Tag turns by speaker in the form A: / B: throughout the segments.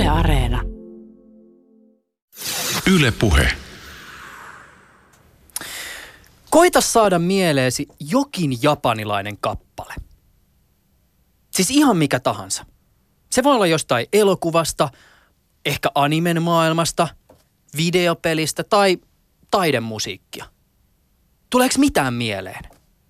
A: Yle Areena.
B: Yle Puhe.
C: Koita saada mieleesi jokin japanilainen kappale. Siis ihan mikä tahansa. Se voi olla jostain elokuvasta, ehkä animen maailmasta, videopelistä tai taidemusiikkia. Tuleeko mitään mieleen?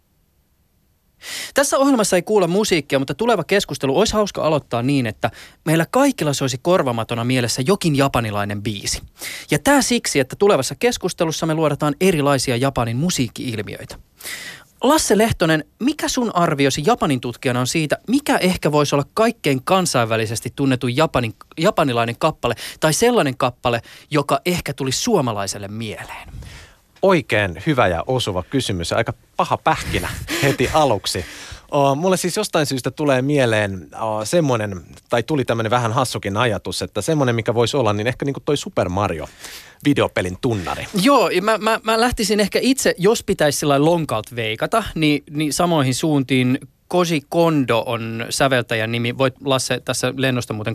C: Tässä ohjelmassa ei kuule musiikkia, mutta tuleva keskustelu olisi hauska aloittaa niin, että meillä kaikilla se olisi korvamatona mielessä jokin japanilainen biisi. Ja tämä siksi, että tulevassa keskustelussa me luodataan erilaisia Japanin musiikki-ilmiöitä. Lasse Lehtonen, mikä sun arviosi Japanin tutkijana on siitä, mikä ehkä voisi olla kaikkein kansainvälisesti tunnetun japanilainen kappale tai sellainen kappale, joka ehkä tulisi suomalaiselle mieleen?
D: Oikein hyvä ja osuva kysymys ja aika paha pähkinä heti aluksi. Mulle siis jostain syystä tulee mieleen semmoinen, tai tuli tämmöinen vähän hassukin ajatus, että semmoinen, mikä voisi olla, niin ehkä niin kuin toi Super Mario videopelin tunnari.
C: Joo, mä lähtisin ehkä itse, jos pitäisi sillä lonkalta veikata, niin samoihin suuntiin. Koji Kondo on säveltäjän nimi. Voit Lasse tässä lennosta muuten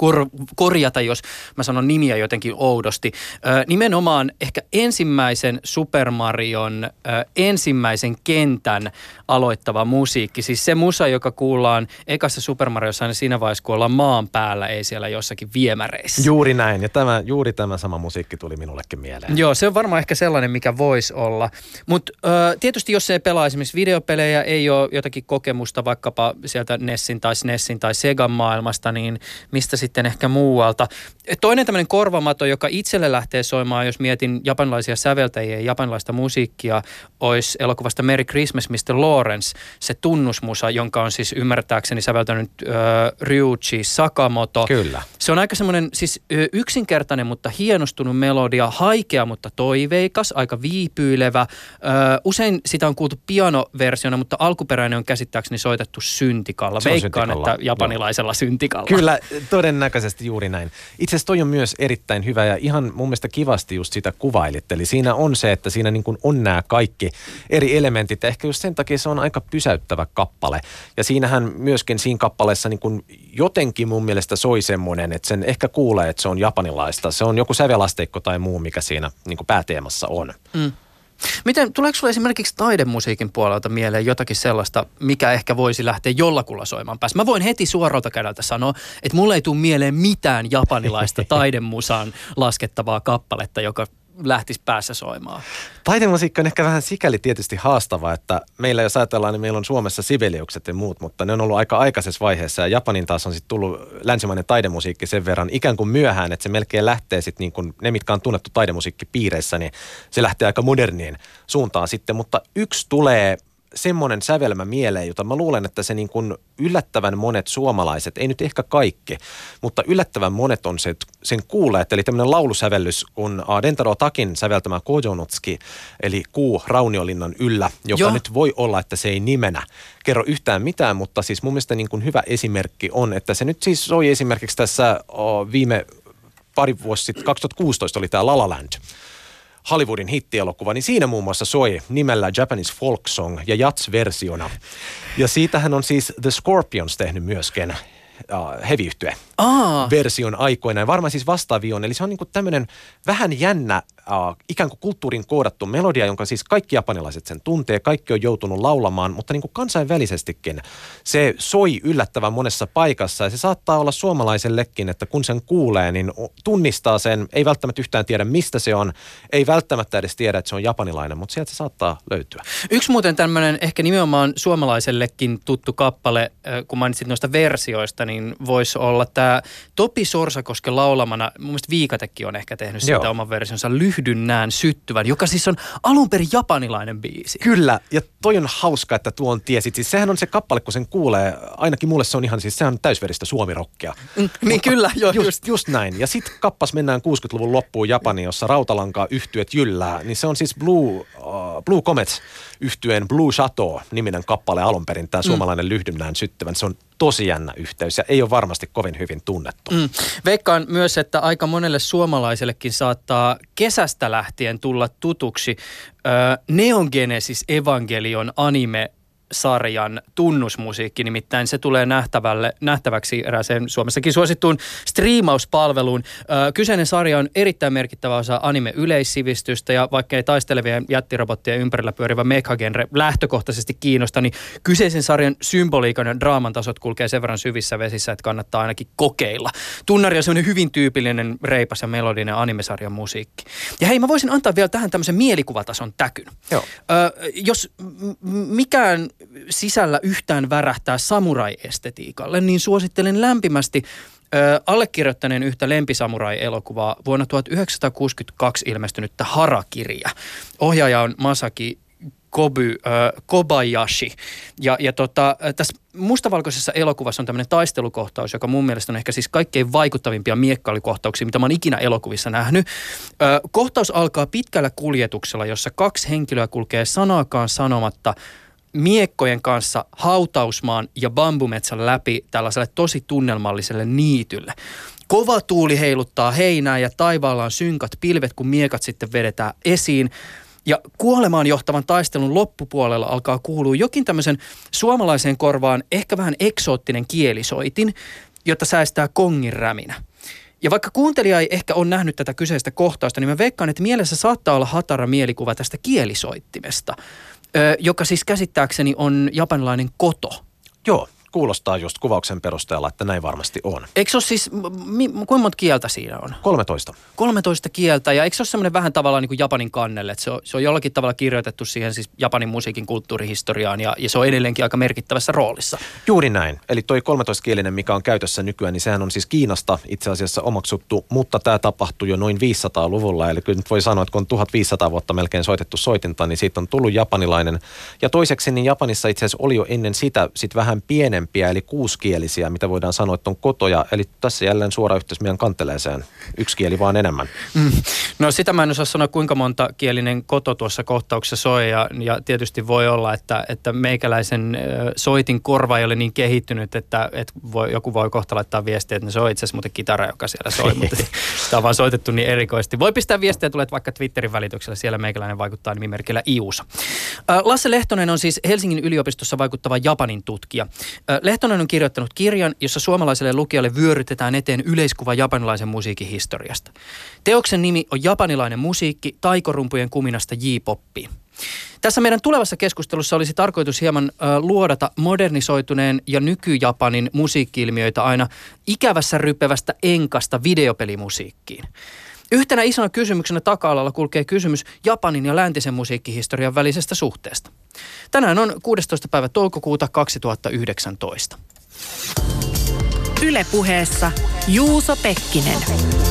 C: korjata, jos mä sanon nimiä jotenkin oudosti. Nimenomaan ehkä ensimmäisen Super Marion ensimmäisen kentän aloittava musiikki. Siis se musa, joka kuullaan ekassa Super Mariossa aina siinä vaiheessa, kun ollaan maan päällä, ei siellä jossakin viemäreissä.
D: Juuri näin, ja juuri tämä sama musiikki tuli minullekin mieleen.
C: Joo, se on varmaan ehkä sellainen, mikä voisi olla. Mutta tietysti jos ei pelaa esimerkiksi videopelejä, ei ole jotakin kokemusta vaikkapa sieltä Nessin tai SNESin tai Segan maailmasta, niin mistä sitten ehkä muualta. Toinen tämmöinen korvamato, joka itselle lähtee soimaan, jos mietin japanilaisia säveltäjiä ja japanilaista musiikkia, olisi elokuvasta Merry Christmas, Mr. Lawrence, se tunnusmusa, jonka on siis ymmärtääkseni säveltänyt Ryuichi Sakamoto.
D: Kyllä.
C: Se on aika semmoinen siis yksinkertainen, mutta hienostunut melodia, haikea, mutta toiveikas, aika viipyilevä. Usein sitä on kuultu pianoversiona, mutta alkuperäinen on käsittääkseni soitettu syntikalla. Veikkaan, että japanilaisella syntikalla.
D: Kyllä, todennäköisesti juuri näin. Itse asiassa toi on myös erittäin hyvä ja ihan mun mielestä kivasti just sitä kuvailit. Eli siinä on se, että siinä niin kuin on nämä kaikki eri elementit. Ehkä just sen takia se on aika pysäyttävä kappale. Ja siinähän myöskin siinä kappaleessa niin kuin jotenkin mun mielestä soi semmoinen, että sen ehkä kuulee, että se on japanilaista. Se on joku sävelasteikko tai muu, mikä siinä niin kuin pääteemassa on. Mm.
C: Miten, tuleeko sinulle esimerkiksi taidemusiikin puolelta mieleen jotakin sellaista, mikä ehkä voisi lähteä jollakulla soimaan päässä? Mä voin heti suoralta kädeltä sanoa, että mulle ei tule mieleen mitään japanilaista taidemusaan laskettavaa kappaletta, joka lähtisi päässä soimaan.
D: Taidemusiikka on ehkä vähän sikäli tietysti haastava, että meillä jos ajatellaan, niin meillä on Suomessa Sibeliukset ja muut, mutta ne on ollut aika aikaisessa vaiheessa ja Japanin taas on sitten tullut länsimainen taidemusiikki sen verran ikään kuin myöhään, että se melkein lähtee sitten niin kuin ne, mitkä on tunnettu taidemusiikkipiireissä, niin se lähtee aika moderniin suuntaan sitten, mutta yksi tulee semmoinen sävelmä mieleen, jota mä luulen, että se niin kuin yllättävän monet suomalaiset, ei nyt ehkä kaikki, mutta yllättävän monet on sen kuulleet. Eli tämmöinen laulusävellys on Dentaro Takin säveltämä Kojonotsuki, eli Kuu Rauniolinnan yllä, joka nyt voi olla, että se ei nimenä kerro yhtään mitään, mutta siis mun mielestä niin kuin hyvä esimerkki on, että se nyt siis soi esimerkiksi tässä viime pari vuosi sitten, 2016 oli tämä La La Land. Hollywoodin hittielokuva, niin siinä muun muassa soi nimellä Japanese Folk Song ja jazz-versiona. Ja siitähän on siis The Scorpions tehnyt myöskin heavy-yhtye version aikoinaan. Varmaan siis vastaavia on. Eli se on niin kuin tämmöinen vähän jännä, ikään kuin kulttuurin koodattu melodia, jonka siis kaikki japanilaiset sen tuntee. Kaikki on joutunut laulamaan, mutta niin kuin kansainvälisestikin se soi yllättävän monessa paikassa. Ja se saattaa olla suomalaisellekin, että kun sen kuulee, niin tunnistaa sen. Ei välttämättä yhtään tiedä, mistä se on. Ei välttämättä edes tiedä, että se on japanilainen, mutta sieltä se saattaa löytyä.
C: Yksi muuten tämmöinen ehkä nimenomaan suomalaisellekin tuttu kappale, kun mainitsit noista versioista, niin voisi olla tämä Topi Sorsakosken laulamana, mun mielestä Viikatekin on ehkä tehnyt sitä oman versionsa, Lyhdynnään syttyvän, joka siis on alun perin japanilainen biisi.
D: Kyllä, ja toi on hauska, että tuon tiesit. Siis sehän on se kappale, kun sen kuulee, ainakin mulle se on ihan siis, sehän on täysveristä suomirokkia.
C: Niin kyllä, joo.
D: Just näin. Ja sit kappas mennään 60-luvun loppuun Japaniin, jossa rautalankaa yhtyöt jyllää, niin se on siis Blue Comets yhtyeen Blue Chateau-niminen kappale alun perin, tämä suomalainen Lyhdynnään syttyvän. Se on tosi jännä yhteys ja ei ole varmasti kovin hyvin tunnettu.
C: Veikkaan myös, että aika monelle suomalaisellekin saattaa kesästä lähtien tulla tutuksi Neon Genesis Evangelion anime sarjan tunnusmusiikki, nimittäin se tulee nähtäväksi erääseen Suomessakin suosittuun striimauspalveluun. Kyseinen sarja on erittäin merkittävä osa anime-yleissivistystä ja vaikka ei taistelevien jättirobottien ympärillä pyörivä mecha-genre lähtökohtaisesti kiinnosta, niin kyseisen sarjan symboliikan ja draaman tasot kulkee sen verran syvissä vesissä, että kannattaa ainakin kokeilla. Tunnari on semmoinen hyvin tyypillinen reipas ja melodinen animesarjan musiikki. Ja hei, mä voisin antaa vielä tähän tämmöisen mielikuvatason täkyn.
D: Joo.
C: Jos mikään sisällä yhtään värähtää samurai-estetiikalle, niin suosittelen lämpimästi allekirjoittaneen yhtä lempisamurai-elokuvaa vuonna 1962 ilmestynyttä Harakiriä. Ohjaaja on Masaki Kobayashi. Ja tässä mustavalkoisessa elokuvassa on tämmöinen taistelukohtaus, joka mun mielestä on ehkä siis kaikkein vaikuttavimpia miekkailikohtauksia, mitä mä oon ikinä elokuvissa nähnyt. Kohtaus alkaa pitkällä kuljetuksella, jossa 2 henkilöä kulkee sanaakaan sanomatta miekkojen kanssa hautausmaan ja bambumetsän läpi tällaiselle tosi tunnelmalliselle niitylle. Kova tuuli heiluttaa heinää ja taivaalla on synkät pilvet, kun miekat sitten vedetään esiin. Ja kuolemaan johtavan taistelun loppupuolella alkaa kuulua jokin tämmöisen suomalaiseen korvaan ehkä vähän eksoottinen kielisoitin, jotta säestää kongin räminä. Ja vaikka kuuntelija ei ehkä ole nähnyt tätä kyseistä kohtausta, niin mä veikkaan, että mielessä saattaa olla hatara mielikuva tästä kielisoittimesta, joka siis käsittääkseni on japanilainen koto.
D: Joo, kuulostaa just kuvauksen perusteella, että näin varmasti on.
C: Eikö se ole siis, kuinka monta kieltä siinä on?
D: 13.
C: 13 kieltä, ja eikö se ole semmoinen vähän tavallaan niin kuin Japanin kannelle, että se on jollakin tavalla kirjoitettu siihen siis Japanin musiikin kulttuurihistoriaan, ja se on edelleenkin aika merkittävässä roolissa.
D: Juuri näin. Eli toi 13-kielinen, mikä on käytössä nykyään, niin sehän on siis Kiinasta itse asiassa omaksuttu, mutta tämä tapahtui jo noin 500-luvulla, eli kyllä nyt voi sanoa, että kun on 1500 vuotta melkein soitettu soitinta, niin siitä on tullut japanilainen. Ja toiseksi, niin Japanissa itse asiassa oli jo ennen sitä sit vähän pienempiä, eli 6-kielisiä, mitä voidaan sanoa, että on kotoja. Eli tässä jälleen suora yhteys meidän kanteleeseen. 1 kieli vaan enemmän.
C: No sitä mä en osaa sanoa, kuinka monta kielinen koto tuossa kohtauksessa soi. Ja tietysti voi olla, että meikäläisen soitin korva ei ole niin kehittynyt, että joku voi kohta laittaa viestiä, että se on itse asiassa muuten kitara, joka siellä soi. Mutta tämä on vaan soitettu niin erikoisesti. Voi pistää viestiä, tulet vaikka Twitterin välityksellä. Siellä meikäläinen vaikuttaa nimimerkillä Iusa. Lasse Lehtonen on siis Helsingin yliopistossa vaikuttava Japanin tutkija. Lehtonen on kirjoittanut kirjan, jossa suomalaiselle lukijalle vyörytetään eteen yleiskuva japanilaisen musiikin historiasta. Teoksen nimi on Japanilainen musiikki taikorumpujen kuminasta J-poppiin. Tässä meidän tulevassa keskustelussa olisi tarkoitus hieman luodata modernisoituneen ja nyky-Japanin musiikki-ilmiöitä aina ikävässä rypevästä enkasta videopelimusiikkiin. Yhtenä isona kysymyksenä taka-alalla kulkee kysymys Japanin ja läntisen musiikkihistorian välisestä suhteesta. Tänään on 16. päivä toukokuuta 2019.
A: Yle Puheessa Juuso Pekkinen.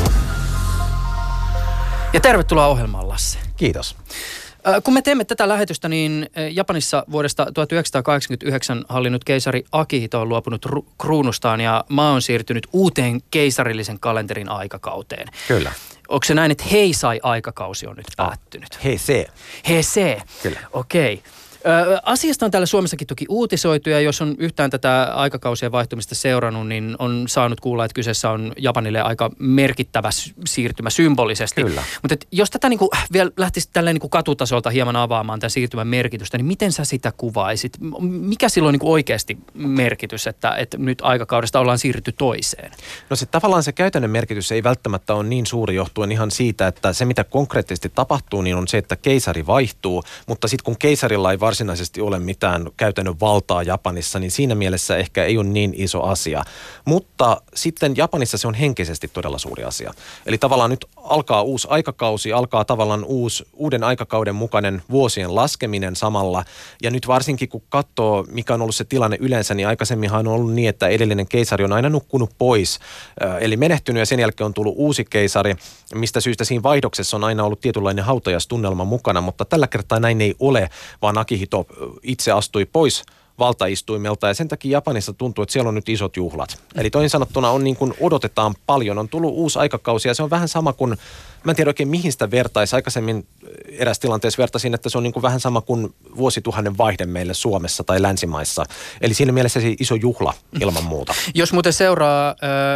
C: Ja tervetuloa ohjelmaan, Lasse.
D: Kiitos.
C: Kun me teemme tätä lähetystä, niin Japanissa vuodesta 1989 hallinnut keisari Akihito on luopunut kruunustaan ja maa on siirtynyt uuteen keisarillisen kalenterin aikakauteen.
D: Kyllä.
C: Onko se näin, että Heisai-aikakausi on nyt päättynyt?
D: Heisei.
C: Heisei.
D: Kyllä.
C: Okei. Asiasta on täällä Suomessakin toki uutisoitu ja jos on yhtään tätä aikakausien vaihtumista seurannut, niin on saanut kuulla, että kyseessä on Japanille aika merkittävä siirtymä symbolisesti.
D: Kyllä.
C: Mutta jos tätä niinku vielä lähtisi tälleen niinku katutasolta hieman avaamaan tämän siirtymän merkitystä, niin miten sä sitä kuvaisit? Mikä silloin niinku oikeasti merkitys, että nyt aikakaudesta ollaan siirrytty toiseen?
D: No se tavallaan se käytännön merkitys ei välttämättä ole niin suuri johtuen ihan siitä, että se mitä konkreettisesti tapahtuu, niin on se, että keisari vaihtuu, mutta sitten kun keisarilla ei varsinaisesti ole mitään käytännön valtaa Japanissa, niin siinä mielessä ehkä ei ole niin iso asia. Mutta sitten Japanissa se on henkisesti todella suuri asia. Eli tavallaan nyt alkaa uusi aikakausi, alkaa tavallaan uuden aikakauden mukainen vuosien laskeminen samalla. Ja nyt varsinkin kun katsoo, mikä on ollut se tilanne yleensä, niin aikaisemminhan on ollut niin, että edellinen keisari on aina nukkunut pois. Eli menehtynyt ja sen jälkeen on tullut uusi keisari, mistä syystä siinä vaihdoksessa on aina ollut tietynlainen hautajastunnelma mukana, mutta tällä kertaa näin ei ole, vaan Akihito itse astui pois valtaistuimelta ja sen takia Japanissa tuntuu, että siellä on nyt isot juhlat. Eli toisin sanottuna on niin kuin odotetaan paljon, on tullut uusi aikakausi ja se on vähän sama kuin, Mä en tiedä oikein mihin sitä vertaisi. Aikaisemmin eräs tilanteessa vertaisin, että se on niin kuin vähän sama kuin vuosituhannen vaihde meille Suomessa tai länsimaissa. Eli siinä mielessä se iso juhla ilman muuta.
C: Jos muuten seuraa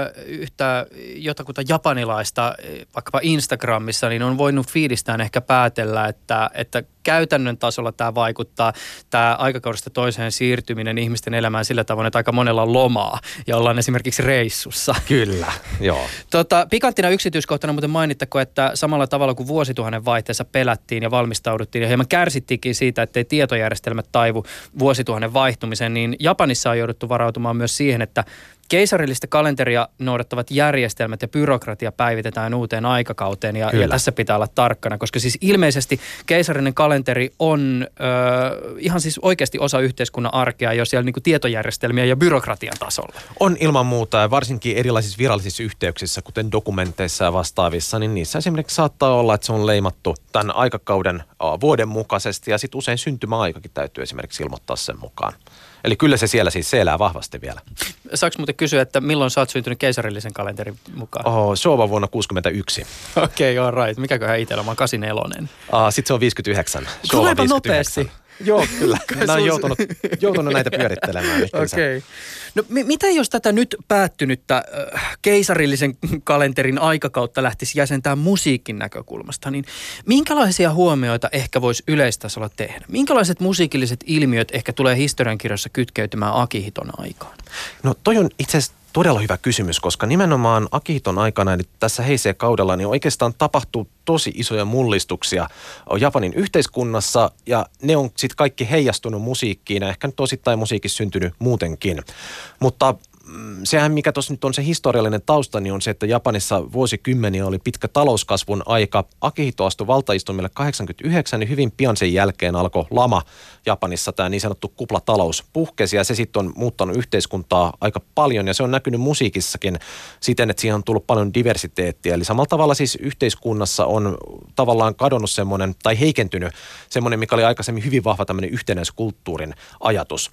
C: yhtä jotakuta japanilaista vaikkapa Instagramissa, niin on voinut fiilistään ehkä päätellä, että käytännön tasolla tämä vaikuttaa, tämä aikakaudesta toiseen siirtyminen ihmisten elämään sillä tavoin, että aika monella on lomaa ja ollaan esimerkiksi reissussa.
D: Kyllä, joo.
C: Pikanttina yksityiskohtana muuten mainittakoon, että samalla tavalla kuin vuosituhannen vaihteessa pelättiin ja valmistauduttiin ja hieman kärsittiinkin siitä, ettei tietojärjestelmät taivu vuosituhannen vaihtumiseen, niin Japanissa on jouduttu varautumaan myös siihen, että keisarillista kalenteria noudattavat järjestelmät ja byrokratia päivitetään uuteen aikakauteen ja tässä pitää olla tarkkana, koska siis ilmeisesti keisarillinen kalenteri on ihan siis oikeasti osa yhteiskunnan arkea jo siellä niin kuin tietojärjestelmiä ja byrokratian tasolla. On
D: ilman muuta ja varsinkin erilaisissa virallisissa yhteyksissä, kuten dokumenteissa ja vastaavissa, niin niissä esimerkiksi saattaa olla, että se on leimattu tämän aikakauden vuoden mukaisesti ja sitten usein syntymäaikakin täytyy esimerkiksi ilmoittaa sen mukaan. Eli kyllä se siellä siis elää vahvasti vielä.
C: Saanko muuten kysyä, että milloin sä oot syntynyt keisarillisen kalenterin mukaan?
D: Showa vuonna 1961.
C: Okei, all right. Mikäköhän itsellä? Mä oon 84.
D: Sitten se on 59.
C: Tuleepa nopeasti.
D: Joo, kyllä. Mä oon joutunut näitä pyörittelemään.
C: Okei. No mitä jos tätä nyt päättynyttä keisarillisen kalenterin aikakautta lähtisi jäsentää musiikin näkökulmasta, niin minkälaisia huomioita ehkä voisi yleistasolla tehdä? Minkälaiset musiikilliset ilmiöt ehkä tulee historiankirjoissa kytkeytymään Akihiton aikaan?
D: No toi on itse asiassa todella hyvä kysymys, koska nimenomaan Akihiton aikana, eli tässä Heisei-kaudella, niin oikeastaan tapahtuu tosi isoja mullistuksia Japanin yhteiskunnassa, ja ne on sitten kaikki heijastunut musiikkiin, ja ehkä nyt osittain musiikissa syntynyt muutenkin. Mutta sehän, mikä tuossa nyt on se historiallinen tausta, niin on se, että Japanissa vuosikymmeniä oli pitkä talouskasvun aika. Akihito astui valtaistumille 89, niin hyvin pian sen jälkeen alkoi lama Japanissa. Tämä niin sanottu kuplatalous puhkesi ja se sitten on muuttanut yhteiskuntaa aika paljon ja se on näkynyt musiikissakin siten, että siihen on tullut paljon diversiteettiä. Eli samalla tavalla siis yhteiskunnassa on tavallaan kadonnut semmoinen tai heikentynyt semmoinen, mikä oli aikaisemmin hyvin vahva tämmöinen yhtenäiskulttuurin ajatus.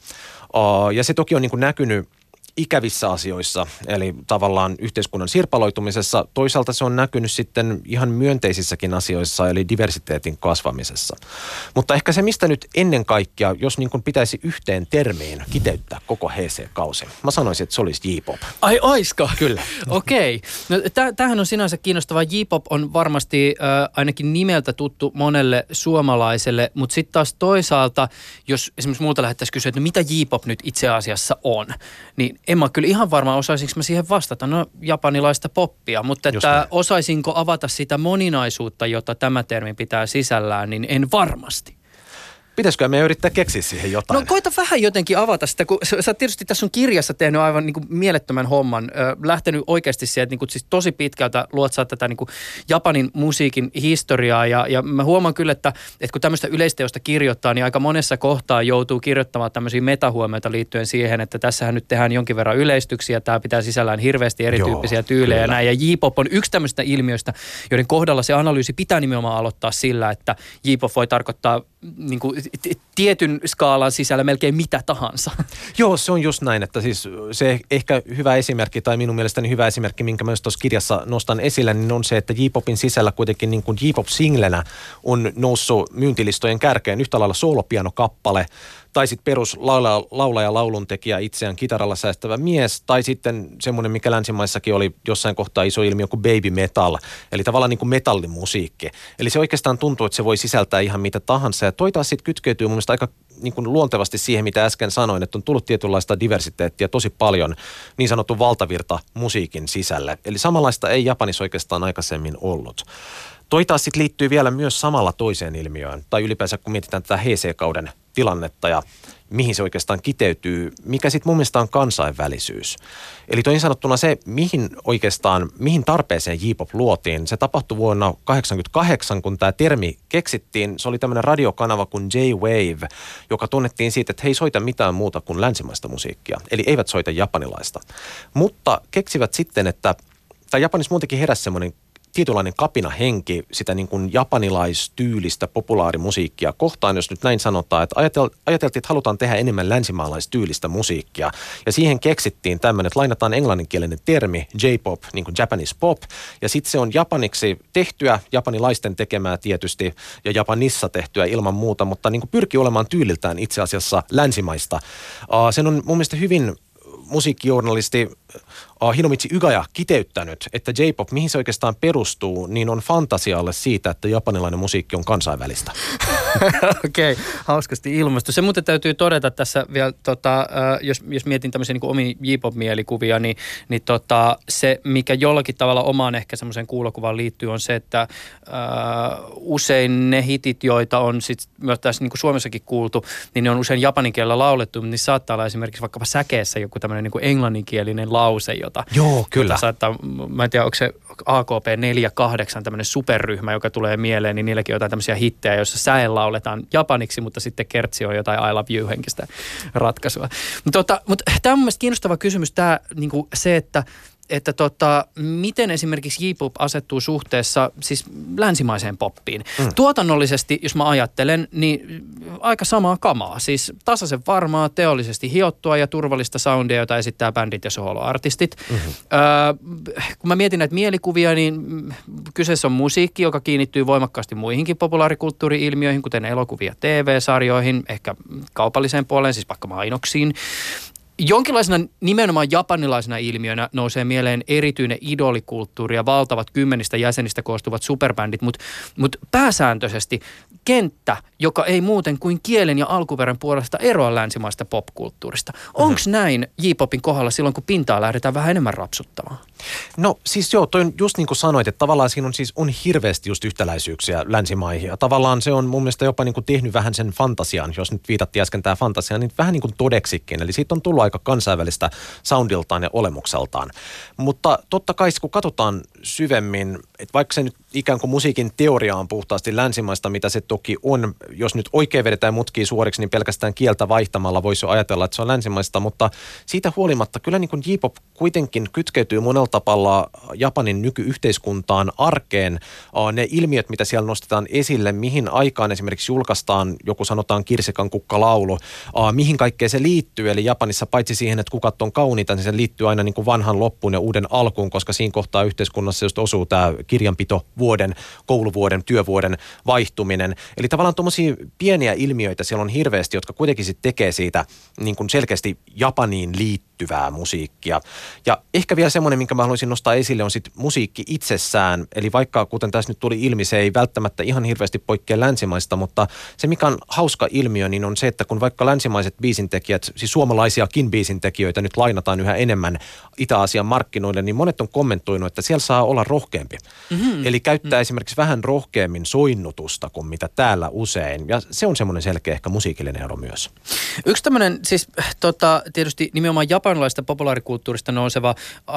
D: Ja se toki on niin kuin näkynyt ikävissä asioissa, eli tavallaan yhteiskunnan sirpaloitumisessa. Toisaalta se on näkynyt sitten ihan myönteisissäkin asioissa, eli diversiteetin kasvamisessa. Mutta ehkä se, mistä nyt ennen kaikkea, jos niin kuin pitäisi yhteen termiin kiteyttää koko Heisei-kausi, mä sanoisin, että se olisi J-pop.
C: Ai oisko?
D: Kyllä.
C: Okei. No, tämähän on sinänsä kiinnostavaa. J-pop on varmasti ainakin nimeltä tuttu monelle suomalaiselle, mutta sitten taas toisaalta, jos esimerkiksi muuta lähdettäisiin kysyä, että no mitä J-pop nyt itse asiassa on, niin en mä kyllä ihan varma, osaisinko mä siihen vastata. No japanilaista poppia, mutta että osaisinko avata sitä moninaisuutta, jota tämä termi pitää sisällään, niin en varmasti.
D: Pitäisikö me yrittää keksiä siihen jotain?
C: No koita vähän jotenkin avata sitä, kun sä oot tietysti tässä sun kirjassa tehnyt aivan niin kuin mielettömän homman. Lähtenyt oikeasti sieltä niin kuin siis tosi pitkältä luotsaa tätä niin kuin Japanin musiikin historiaa ja mä huomaan kyllä, että kun tämmöistä yleisteosta kirjoittaa, niin aika monessa kohtaa joutuu kirjoittamaan tämmöisiä metahuomioita liittyen siihen, että tässähän nyt tehdään jonkin verran yleistyksiä, tämä pitää sisällään hirveästi erityyppisiä tyylejä ja näin. Ja J-pop on yksi tämmöistä ilmiöistä, joiden kohdalla se analyysi pitää nimenomaan aloittaa sillä, että J-pop voi tarkoittaa niin kuin tietyn skaalan sisällä melkein mitä tahansa. Joo,
D: se on just näin, että siis se ehkä hyvä esimerkki tai minun mielestäni hyvä esimerkki, minkä myös tuossa kirjassa nostan esille, niin on se, että J-popin sisällä kuitenkin niin kuin J-pop-singlenä on noussut myyntilistojen kärkeen yhtä lailla soolopianokappale tai sitten perus laulaja, lauluntekijä, itseään kitaralla säästävä mies, tai sitten semmoinen, mikä länsimaissakin oli jossain kohtaa iso ilmiö kuin baby metal, eli tavallaan niin kuin metallimusiikki. Eli se oikeastaan tuntuu, että se voi sisältää ihan mitä tahansa, ja toi taas sitten kytkeytyy mun mielestä aika niin kuin luontevasti siihen, mitä äsken sanoin, että on tullut tietynlaista diversiteettiä tosi paljon niin sanottu valtavirta musiikin sisälle. Eli samanlaista ei Japanissa oikeastaan aikaisemmin ollut. Toi taas sitten liittyy vielä myös samalla toiseen ilmiöön, tai ylipäänsä kun mietitään tätä Heisei-kauden tilannetta ja mihin se oikeastaan kiteytyy, mikä sitten mun mielestä on kansainvälisyys. Eli toisin sanottuna se, mihin tarpeeseen J-pop luotiin, se tapahtui vuonna 1988, kun tämä termi keksittiin. Se oli tämmöinen radiokanava kuin J-Wave, joka tunnettiin siitä, että he ei soita mitään muuta kuin länsimaista musiikkia, eli eivät soita japanilaista. Mutta keksivät sitten, tai Japanissa muutenkin heräsi semmoinen tietynlainen kapinahenki sitä niin kuin japanilaistyylistä populaarimusiikkia kohtaan, jos nyt näin sanotaan, että ajateltiin, että halutaan tehdä enemmän länsimaalaistyylistä musiikkia. Ja siihen keksittiin tämmöinen, että lainataan englanninkielinen termi, J-pop, niin kuin Japanese pop, ja sitten se on japaniksi tehtyä, japanilaisten tekemää tietysti, ja Japanissa tehtyä ilman muuta, mutta niin kuin pyrkii olemaan tyyliltään itse asiassa länsimaista. Sen on mun mielestä hyvin musiikkijournalisti Hinomichi Ygaya kiteyttänyt, että J-pop, mihin se oikeastaan perustuu, niin on fantasialle siitä, että japanilainen musiikki on kansainvälistä.
C: Okei, hauskasti ilmastu. Se muuten täytyy todeta tässä vielä, jos mietin tämmöisiä niin kuin omia J-pop-mielikuvia, niin se, mikä jollakin tavalla omaan ehkä semmoiseen kuulokuvaan liittyy, on se, että usein ne hitit, joita on sitten myös tässä niin kuin Suomessakin kuultu, niin ne on usein japanin kielellä laulettu, mutta niin saattaa olla esimerkiksi vaikkapa säkeessä joku tämmöinen niin kuin englanninkielinen lause,
D: Joo, kyllä.
C: Saattaa, mä en tiedä, onko se AKP 48 tämmöinen superryhmä, joka tulee mieleen, niin niilläkin on jotain tämmöisiä hittejä, joissa säen lauletaan japaniksi, mutta sitten kertsi on jotain I love you -henkistä ratkaisua. Mutta tämä on mun mielestä kiinnostava kysymys, tämä niinku se, että miten esimerkiksi J-pop asettuu suhteessa siis länsimaiseen poppiin. Tuotannollisesti, jos mä ajattelen, niin aika samaa kamaa. Siis tasaisen varmaa, teollisesti hiottua ja turvallista soundia, jota esittää bändit ja soloartistit. Kun mä mietin näitä mielikuvia, niin kyseessä on musiikki, joka kiinnittyy voimakkaasti muihinkin populaarikulttuuri-ilmiöihin, kuten elokuvia, TV-sarjoihin, ehkä kaupalliseen puoleen, siis vaikka mainoksiin. Jonkinlaisena nimenomaan japanilaisena ilmiönä nousee mieleen erityinen idolikulttuuri ja valtavat 10 jäsenistä koostuvat superbändit, mutta pääsääntöisesti kenttä, joka ei muuten kuin kielen ja alkuperän puolesta eroa länsimaista popkulttuurista. Onko näin J-popin kohdalla silloin, kun pintaa lähdetään vähän enemmän rapsuttamaan?
D: No siis joo, toi on just niin kuin sanoit, että tavallaan siinä on hirveästi just yhtäläisyyksiä länsimaihin. Ja tavallaan se on mun mielestä jopa niin kuin tehnyt vähän sen fantasian, jos nyt viitattiin äsken tämä fantasia, niin vähän niin kuin todeksikin. Eli siitä on tullut aika kansainvälistä soundiltaan ja olemukseltaan. Mutta totta kai kun katsotaan syvemmin, että vaikka se nyt ikään kuin musiikin teoria on puhtaasti länsimaista, mitä se toki on, jos nyt oikein vedetään mutkia suoriksi, niin pelkästään kieltä vaihtamalla voisi jo ajatella, että se on länsimaista, mutta siitä huolimatta kyllä niin kuin J-pop kuitenkin kytkeytyy monella tapalla Japanin nykyyhteiskuntaan, arkeen. Ne ilmiöt, mitä siellä nostetaan esille, mihin aikaan esimerkiksi julkaistaan joku sanotaan kirsikan kukkalaulu, mihin kaikkeen se liittyy, eli Japanissa paitsi siihen, että kukat on kauniita, niin se liittyy aina niin kuin vanhan loppuun ja uuden alkuun, koska siinä kohtaa yhteiskunnassa just osuu tämä kirjanpitovuoden, kouluvuoden, työvuoden vaihtuminen. Eli tavallaan tuommoisia pieniä ilmiöitä siellä on hirveästi, jotka kuitenkin sitten tekee siitä niin kuin selkeästi Japaniin liittyvää musiikkia. Ja ehkä vielä semmoinen, minkä mä haluaisin nostaa esille, on sitten musiikki itsessään. Eli vaikka, kuten tässä nyt tuli ilmi, se ei välttämättä ihan hirveästi poikkea länsimaista, mutta se, mikä on hauska ilmiö, niin on se, että kun vaikka länsimaiset biisintekijät, siis suomalaisiakin biisintekijöitä nyt lainataan yhä enemmän Itä-Aasian markkinoille, niin monet on kommentoinut, että siellä saa olla rohkeampi. Eli käyttää esimerkiksi vähän rohkeammin soinnutusta kuin mitä täällä usein. Ja se on semmoinen selkeä ehkä musiikillinen ero myös.
C: Yksi tämmöinen siis tietysti nimenomaan japanilaista populaarikulttuurista nouseva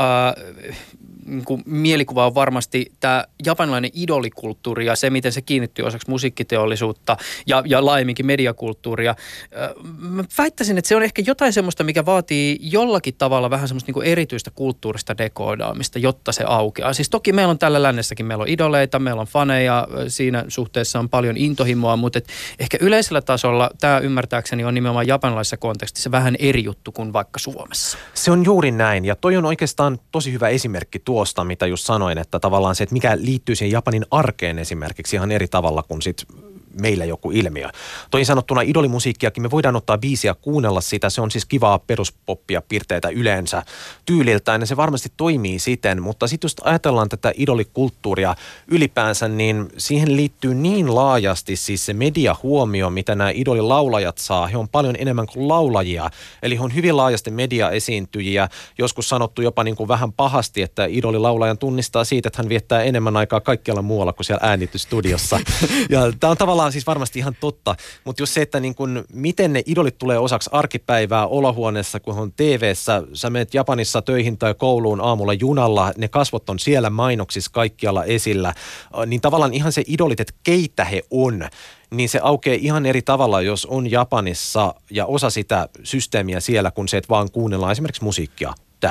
C: niin kuin mielikuva on varmasti tämä japanilainen idolikulttuuri ja se, miten se kiinnittyy osaksi musiikkiteollisuutta ja laajemminkin mediakulttuuria. Mä väittäisin, että se on ehkä jotain semmoista, mikä vaatii jollakin tavalla vähän semmoista niin kuin erityistä kulttuurista dekoodaamista, jotta se aukeaa. Siis toki meillä on täällä lännessäkin, meillä on idoleita, meillä on faneja, siinä suhteessa on paljon intohimoa, mutta ehkä yleisellä tasolla tämä ymmärtääkseni on nimenomaan japanilaisessa kontekstissa vähän eri juttu kuin vaikka Suomessa.
D: Se on juuri näin ja toi on oikeastaan tosi hyvä esimerkki tuosta, mitä just sanoin, että tavallaan se, että mikä liittyy siihen Japanin arkeen esimerkiksi ihan eri tavalla kuin sit meillä joku ilmiö. Toisin sanottuna idolimusiikkiakin me voidaan ottaa biisiä ja kuunnella sitä. Se on siis kivaa peruspoppia piirteitä yleensä tyyliltään ja se varmasti toimii siten, mutta sitten just ajatellaan tätä idolikulttuuria ylipäänsä, niin siihen liittyy niin laajasti siis se mediahuomio, mitä nämä idolilaulajat saa. He on paljon enemmän kuin laulajia, eli he on hyvin laajasti mediaesiintyjiä. Joskus sanottu jopa niin kuin vähän pahasti, että idolilaulajan tunnistaa siitä, että hän viettää enemmän aikaa kaikkialla muualla kuin siellä äänitysstudiossa. Ja tämä on tavallaan siis varmasti ihan totta, mutta jos se, että niin kun, miten ne idolit tulee osaksi arkipäivää olohuoneessa, kun on TV:ssä, sä menet Japanissa töihin tai kouluun aamulla junalla, ne kasvot on siellä mainoksissa kaikkialla esillä, niin tavallaan ihan se idolit, että keitä he on, niin se aukeaa ihan eri tavalla, jos on Japanissa ja osa sitä systeemiä siellä, kun se, että vaan kuunnellaan esimerkiksi musiikkia täällä.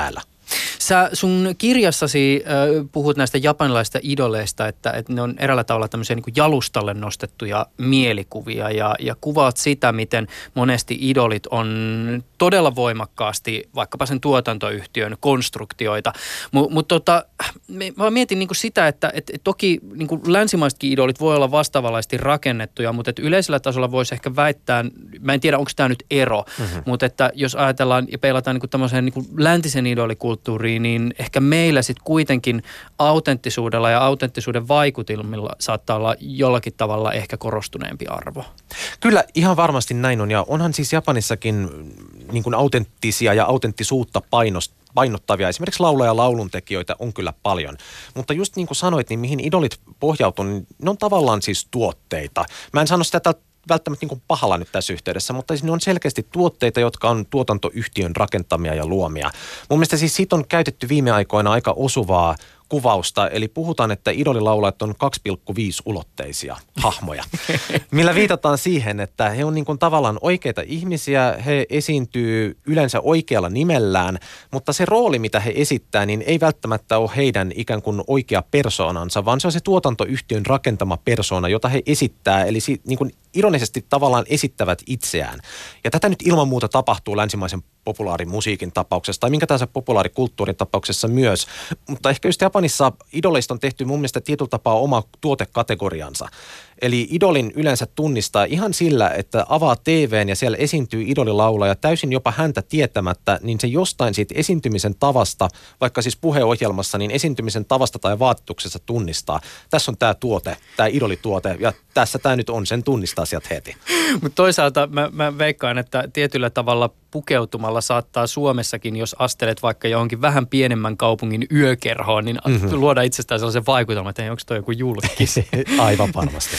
C: Sä sun kirjassasi puhut näistä japanilaisista idoleista, että ne on eräällä tavalla tämmöisiä niin kuin jalustalle nostettuja mielikuvia ja kuvaat sitä, miten monesti idolit on todella voimakkaasti vaikkapa sen tuotantoyhtiön konstruktioita. Mutta mä mietin niin kuin sitä, että toki niin kuin länsimaisetkin idolit voi olla vastaavanlaisesti rakennettuja, mutta että yleisellä tasolla voisi ehkä väittää, mä en tiedä onko tämä nyt ero, mutta että jos ajatellaan ja peilataan niin kuin tämmöiseen niin kuin läntisen idolikulttuuriin, niin ehkä meillä sitten kuitenkin autenttisuudella ja autenttisuuden vaikutilmilla saattaa olla jollakin tavalla ehkä korostuneempi arvo.
D: Kyllä, ihan varmasti näin on. Ja onhan siis Japanissakin niin kuin autenttisia ja autenttisuutta painottavia. Esimerkiksi laulaja- ja lauluntekijöitä on kyllä paljon. Mutta just niin kuin sanoit, niin mihin idolit pohjautuu, niin ne on tavallaan siis tuotteita. Mä en sano sitä välttämättä niin kuin pahalla nyt tässä yhteydessä, mutta ne on selkeästi tuotteita, jotka on tuotantoyhtiön rakentamia ja luomia. Mun mielestä siis siitä on käytetty viime aikoina aika osuvaa kuvausta, eli puhutaan, että idolilaulajat on 2,5-ulotteisia hahmoja, millä viitataan siihen, että he on niin kuin tavallaan oikeita ihmisiä, he esiintyy yleensä oikealla nimellään, mutta se rooli, mitä he esittää, niin ei välttämättä ole heidän ikään kuin oikea persoonansa, vaan se on se tuotantoyhtiön rakentama persoona, jota he esittää, eli niin kuin ironisesti tavallaan esittävät itseään. Ja tätä nyt ilman muuta tapahtuu länsimaisen populaarimusiikin tapauksessa tai minkä tahansa populaarikulttuurin tapauksessa myös. Mutta ehkä just Japanissa idoleista on tehty mun mielestä tietyllä tapaa oma tuotekategoriansa. Eli idolin yleensä tunnistaa ihan sillä, että avaa TVn ja siellä esiintyy idolilaulaja täysin jopa häntä tietämättä, niin se jostain siitä esiintymisen tavasta, vaikka siis puheohjelmassa, niin esiintymisen tavasta tai vaatetuksessa tunnistaa. Tässä on tämä tuote, tämä idolituote ja tässä tämä nyt on, sen tunnistaa sieltä heti.
C: Mutta toisaalta mä veikkaan, että tietyllä tavalla pukeutumalla saattaa Suomessakin, jos astelet vaikka johonkin vähän pienemmän kaupungin yökerhoon, niin luoda itsestään sellaisen vaikutelman, että onko toi joku julkis.
D: Aivan varmasti.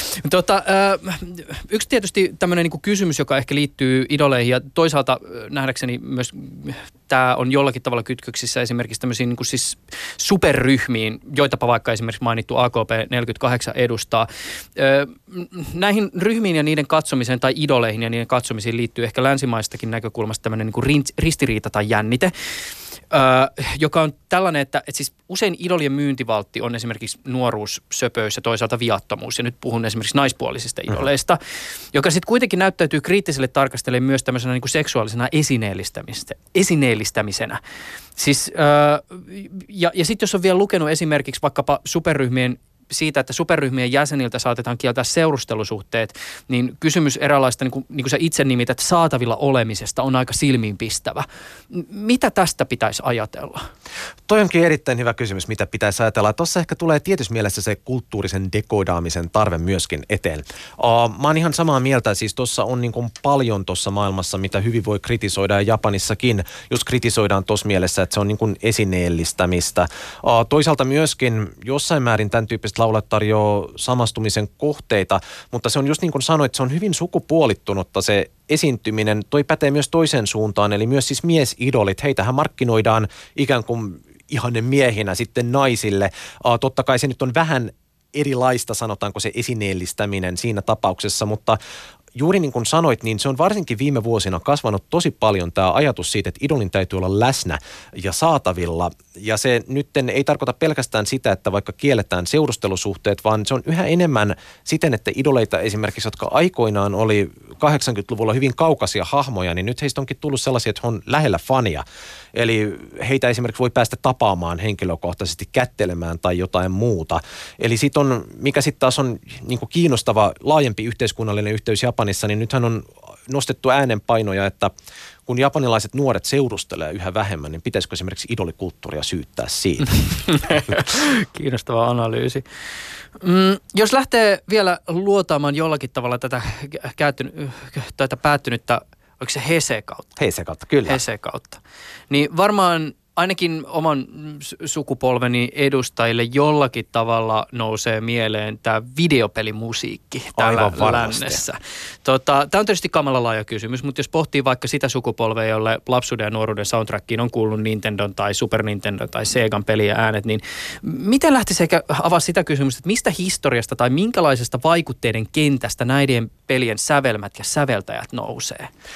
C: Yksi tietysti tämmöinen niin kysymys, joka ehkä liittyy idoleihin ja toisaalta nähdäkseni myös tämä on jollakin tavalla kytköksissä esimerkiksi tämmöisiin niin siis superryhmiin, joitapa vaikka esimerkiksi mainittu AKP48 edustaa. Näihin ryhmiin ja niiden katsomiseen tai idoleihin ja niiden katsomisiin liittyy ehkä länsimaistakin näkökulmasta tämmöinen niin kuin ristiriita tai jännite, joka on tällainen, että siis usein idolien myyntivaltti on esimerkiksi nuoruus, söpöys ja toisaalta viattomuus. Ja nyt puhun esimerkiksi naispuolisista idoleista, joka sitten kuitenkin näyttäytyy kriittiselle tarkastelijalle myös tämmöisenä niin kuin seksuaalisena esineellistämisenä. Siis, ja sitten jos on vielä lukenut esimerkiksi vaikkapa superryhmien siitä, että superryhmien jäseniltä saatetaan kieltää seurustelusuhteet, niin kysymys eräänlaista, niin kuin sä itse nimität, saatavilla olemisesta on aika silmiinpistävä. Mitä tästä pitäisi ajatella?
D: Toi onkin erittäin hyvä kysymys, mitä pitäisi ajatella. Tuossa ehkä tulee tietyssä mielessä se kulttuurisen dekodaamisen tarve myöskin eteen. Mä oon ihan samaa mieltä, siis tuossa on niin kuin paljon tuossa maailmassa, mitä hyvin voi kritisoida ja Japanissakin, jos kritisoidaan tuossa mielessä, että se on niin kuin esineellistämistä. Toisaalta myöskin jossain määrin tämän tyyppiset laulat tarjoaa samastumisen kohteita, mutta se on just niin kuin sanoit, se on hyvin sukupuolittunutta se esiintyminen. Toi pätee myös toiseen suuntaan, eli myös siis miesidolit, heitähän markkinoidaan ikään kuin ihanne miehinä sitten naisille. Totta kai se nyt on vähän erilaista, sanotaanko se esineellistäminen siinä tapauksessa, mutta juuri niin kuin sanoit, niin se on varsinkin viime vuosina kasvanut tosi paljon tämä ajatus siitä, että idolin täytyy olla läsnä ja saatavilla. Ja se nytten ei tarkoita pelkästään sitä, että vaikka kielletään seurustelusuhteet, vaan se on yhä enemmän siten, että idoleita esimerkiksi, jotka aikoinaan oli 80-luvulla hyvin kaukaisia hahmoja, niin nyt heistä onkin tullut sellaisia, että he on lähellä fania. Eli heitä esimerkiksi voi päästä tapaamaan henkilökohtaisesti, kättelemään tai jotain muuta. Eli sitten on, mikä sitten taas on niin kuin kiinnostava laajempi yhteiskunnallinen yhteys Japanissa, niin nythän on nostettu äänenpainoja, että kun japanilaiset nuoret seurustelee yhä vähemmän, niin pitäisikö esimerkiksi idolikulttuuria syyttää siitä?
C: Kiinnostava analyysi. Jos lähtee vielä luotaamaan jollakin tavalla tätä päättynyttä, oliko se Hese-kautta?
D: Hese-kautta, kyllä.
C: Hese-kautta. Niin varmaan ainakin oman sukupolveni edustajille jollakin tavalla nousee mieleen tämä videopelimusiikki täällä lännessä. Tämä on tietysti kamala laaja kysymys, mutta jos pohtii vaikka sitä sukupolvea, jolle lapsuuden ja nuoruuden soundtrackiin on kuullut Nintendon tai Super Nintendo tai Segan pelien äänet, niin miten lähtisi ehkä avaa sitä kysymystä, että mistä historiasta tai minkälaisesta vaikutteiden kentästä näiden pelien sävelmät ja säveltäjät nousee?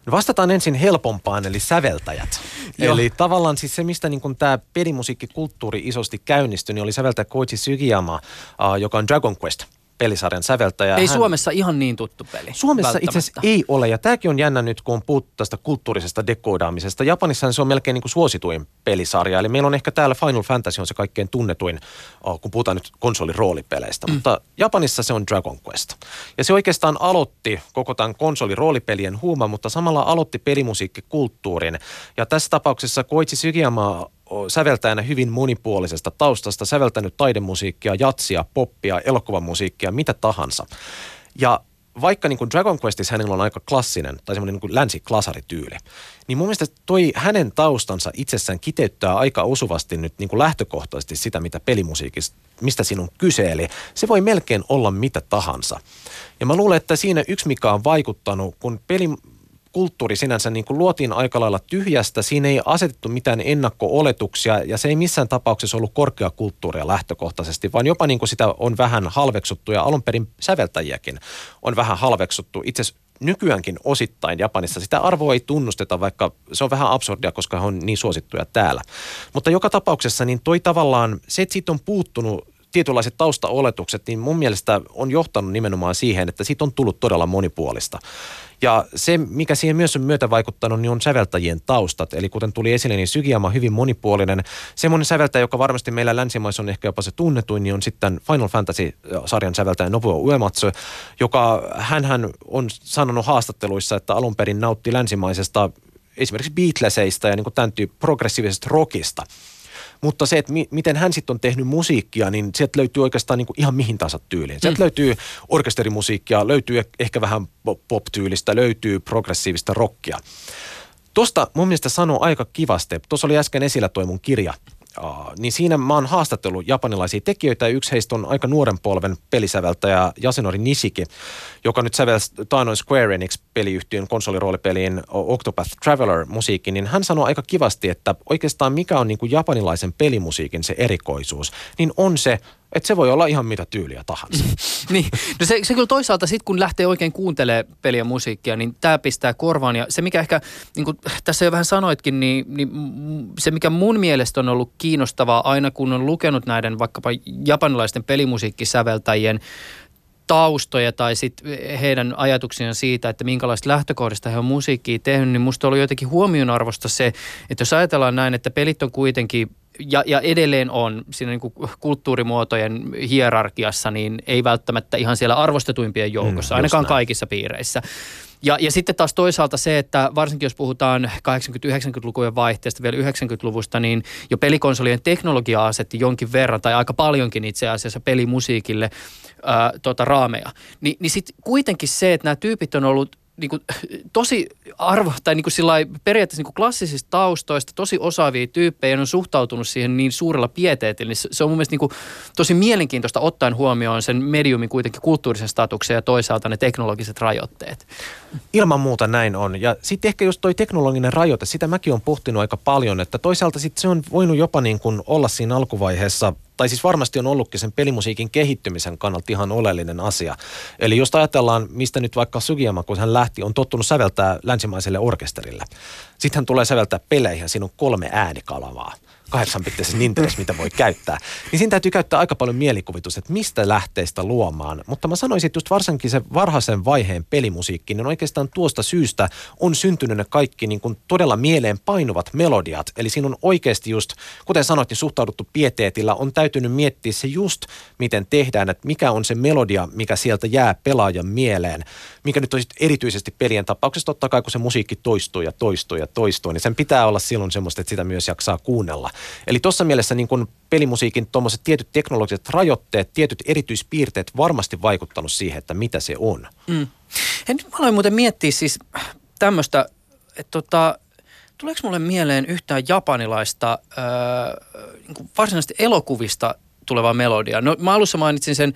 D: Vastataan ensin helpompaan, eli säveltäjät. Eli tavallaan siis se, mistä niin tämä pelimusiikkikulttuuri isosti käynnistyi, niin oli säveltäjä Koichi Sugiyama, joka on Dragon Quest pelisarjan säveltäjä.
C: Ei Suomessa ihan niin tuttu peli.
D: Suomessa itse asiassa ei ole, ja tämäkin on jännä nyt, kun on puhuttu tästä kulttuurisesta dekoodaamisesta. Japanissa se on melkein niin kuin suosituin pelisarja, eli meillä on ehkä täällä Final Fantasy on se kaikkein tunnetuin, kun puhutaan nyt konsoliroolipeleistä, mutta Japanissa se on Dragon Quest. Ja se oikeastaan aloitti koko tämän konsoliroolipelien huuman, mutta samalla aloitti pelimusiikkikulttuurin. Ja tässä tapauksessa Koichi Sugiyama säveltäjänä hyvin monipuolisesta taustasta, säveltänyt taidemusiikkia, jatsia, poppia, elokuvamusiikkia, mitä tahansa. Ja vaikka niin kuin Dragon Questissa hänellä on aika klassinen tai semmoinen niin kuin länsiklasarityyli, niin mun mielestä toi hänen taustansa itsessään kiteyttää aika osuvasti nyt niin kuin lähtökohtaisesti sitä, mitä pelimusiikista, mistä siinä on kyse. Eli se voi melkein olla mitä tahansa. Ja mä luulen, että siinä yksi mikä on vaikuttanut, kun kulttuuri sinänsä niin kuin luotiin aika lailla tyhjästä, siinä ei asetettu mitään ennakko-oletuksia ja se ei missään tapauksessa ollut korkeakulttuuria lähtökohtaisesti, vaan jopa niin kuin sitä on vähän halveksuttu ja alun perin säveltäjiäkin on vähän halveksuttu. Itse asiassa nykyäänkin osittain Japanissa sitä arvoa ei tunnusteta, vaikka se on vähän absurdia, koska he on niin suosittuja täällä. Mutta joka tapauksessa niin toi tavallaan, se että siitä on puuttunut tietynlaiset taustaoletukset, niin mun mielestä on johtanut nimenomaan siihen, että siitä on tullut todella monipuolista. Ja se, mikä siihen myös on myötä vaikuttanut, niin on säveltäjien taustat. Eli kuten tuli esille, niin Sugiyama on hyvin monipuolinen. Semmoinen säveltäjä, joka varmasti meillä länsimaissa on ehkä jopa se tunnetuin, niin on sitten Final Fantasy-sarjan säveltäjä Nobuo Uematsu, joka hänhän on sanonut haastatteluissa, että alun perin nautti länsimaisesta esimerkiksi Beatleseista ja niin kuin tämän progressiivisesta rockista. Mutta se, että miten hän sitten on tehnyt musiikkia, niin sieltä löytyy oikeastaan niin kuin ihan mihin tahansa tyyliin. Sieltä löytyy orkesterimusiikkia, löytyy ehkä vähän pop-tyylistä, löytyy progressiivista rockia. Tuosta mun mielestä sanoo aika kivasti. Tuossa oli äsken esillä toi mun kirja. Niin siinä mä oon haastatellut japanilaisia tekijöitä ja yksi heistä on aika nuoren polven pelisäveltäjä Yasunori Nishiki, joka nyt sävelsi taanoin Square Enix-peliyhtiön konsoliroolipeliin Octopath Traveler-musiikki, niin hän sanoi aika kivasti, että oikeastaan mikä on niin kuin japanilaisen pelimusiikin se erikoisuus, niin on se, että se voi olla ihan mitä tyyliä tahansa.
C: Niin, no se kyllä toisaalta sitten kun lähtee oikein kuuntelemaan peliä ja musiikkia, niin tämä pistää korvaan. Ja se mikä ehkä, niin kuin tässä jo vähän sanoitkin, niin se mikä mun mielestä on ollut kiinnostavaa aina kun on lukenut näiden vaikkapa japanilaisten pelimusiikkisäveltäjien taustoja tai sitten heidän ajatuksiaan siitä, että minkälaista lähtökohdista he on musiikkia tehnyt, niin musta oli jotenkin huomionarvoista se, että jos ajatellaan näin, että pelit on kuitenkin ja edelleen on siinä niin kuin kulttuurimuotojen hierarkiassa, niin ei välttämättä ihan siellä arvostetuimpien joukossa, ainakaan kaikissa piireissä. Ja sitten taas toisaalta se, että varsinkin jos puhutaan 80-90-lukujen vaihteesta vielä 90-luvusta, niin jo pelikonsolien teknologia asetti jonkin verran tai aika paljonkin itse asiassa pelimusiikille raameja. Niin sitten kuitenkin se, että nämä tyypit on ollut niinku tosi tai niinku periaatteessa niinku klassisista taustoista, tosi osaavia tyyppejä ja on suhtautunut siihen niin suurella pieteetillä. Niin se on mun mielestä niinku tosi mielenkiintoista ottaen huomioon sen mediumin kuitenkin kulttuurisen statuksen ja toisaalta ne teknologiset rajoitteet.
D: Ilman muuta näin on. Ja sitten ehkä just toi teknologinen rajoite, sitä mäkin on pohtinut aika paljon, että toisaalta sitten se on voinut jopa niin kuin olla siinä alkuvaiheessa, tai siis varmasti on ollutkin sen pelimusiikin kehittymisen kannalta ihan oleellinen asia. Eli jos ajatellaan, mistä nyt vaikka Sugiyama, kun hän lähti, on tottunut säveltää länsimaiselle orkesterille. Sitten hän tulee säveltää peleihin ja siinä on 3 äänikanavaa. 8-bittisen Nintendossa, mitä voi käyttää. Niin siinä täytyy käyttää aika paljon mielikuvitusta, että mistä lähtee sitä luomaan. Mutta mä sanoisin, että just varsinkin se varhaisen vaiheen pelimusiikki, niin oikeastaan tuosta syystä on syntynyt ne kaikki niin kuin todella mieleen painuvat melodiat. Eli siinä on oikeasti just, kuten sanoit, niin suhtauduttu pieteetillä, on täytynyt miettiä se just, miten tehdään, että mikä on se melodia, mikä sieltä jää pelaajan mieleen. Mikä nyt on erityisesti pelien tapauksessa, totta kai kun se musiikki toistuu ja toistuu ja toistuu, niin sen pitää olla silloin semmoista, että sitä myös jaksaa kuunnella. Eli tuossa mielessä niin kun pelimusiikin tuommoiset tietyt teknologiset rajoitteet, tietyt erityispiirteet varmasti vaikuttanut siihen, että mitä se on.
C: Ja nyt mä aloin muuten miettiä siis tämmöistä, että tuleeko mulle mieleen yhtään japanilaista niin varsinaisesti elokuvista tulevaa melodiaa? No mä alussa mainitsin sen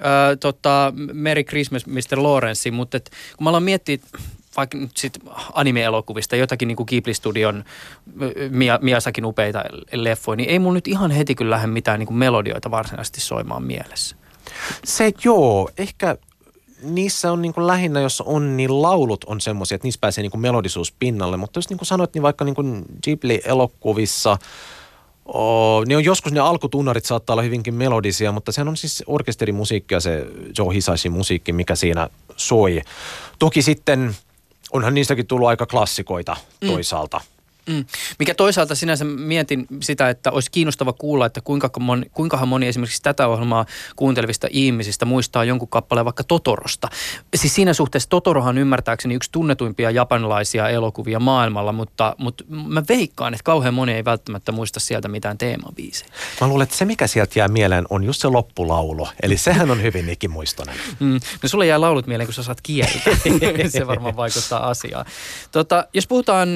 C: Merry Christmas Mr. Lawrence, mutta kun mä aloin miettiä vaikka nyt sitten anime-elokuvista, jotakin niin kuin Ghibli-studion Miyazakin upeita leffoja, niin ei mun nyt ihan heti kyllä lähde mitään niin kuin melodioita varsinaisesti soimaan mielessä.
D: Se joo, ehkä niissä on niin kuin lähinnä, jos on, niin laulut on semmoisia, että niissä pääsee niin kuin melodisuus pinnalle. Mutta jos niin kuin sanoit, niin vaikka niin kuin Ghibli-elokuvissa, niin on joskus ne alkutunnarit saattaa olla hyvinkin melodisia, mutta sehän on siis orkesterimusiikki ja se Joe Hisaishi musiikki, mikä siinä soi. Toki sitten onhan niistäkin tullut aika klassikoita toisaalta.
C: Mikä toisaalta sinänsä mietin sitä, että olisi kiinnostava kuulla, että kuinkahan moni esimerkiksi tätä ohjelmaa kuuntelevista ihmisistä muistaa jonkun kappaleen vaikka Totorosta. Siis siinä suhteessa Totorohan ymmärtääkseni yksi tunnetuimpia japanilaisia elokuvia maailmalla, mutta mä veikkaan, että kauhean moni ei välttämättä muista sieltä mitään teemabiisejä.
D: Mä luulen, että se mikä sieltä jää mieleen on just se loppulaulu, eli sehän on hyvin ikimuistoinen.
C: No sulle jää laulut mieleen, kun sä saat kieltä. Se varmaan vaikuttaa asiaan. Jos puhutaan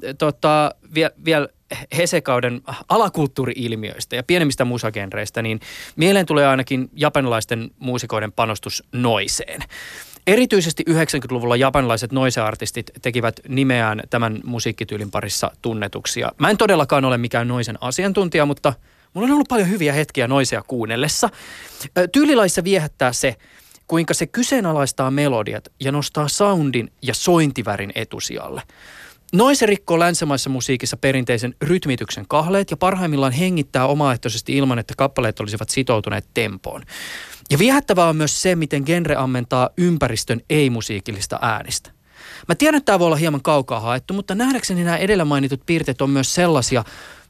C: vielä Heise-kauden alakulttuuri-ilmiöistä ja pienemmistä musagenreistä, niin mieleen tulee ainakin japanilaisten muusikoiden panostus noiseen. Erityisesti 90-luvulla japanilaiset noise-artistit tekivät nimeään tämän musiikkityylin parissa tunnetuksia. Mä en todellakaan ole mikään noisen asiantuntija, mutta mulla on ollut paljon hyviä hetkiä noisea kuunnellessa. Tyylilaissa viehättää se, kuinka se kyseenalaistaa melodiat ja nostaa soundin ja sointivärin etusijalle. Noise rikkoo länsimaisessa musiikissa perinteisen rytmityksen kahleet ja parhaimmillaan hengittää omaehtoisesti ilman, että kappaleet olisivat sitoutuneet tempoon. Ja viehättävää on myös se, miten genre ammentaa ympäristön ei-musiikillista äänistä. Mä tiedän, että tämä voi olla hieman kaukaa haettu, mutta nähdäkseni nämä edellä mainitut piirteet on myös sellaisia,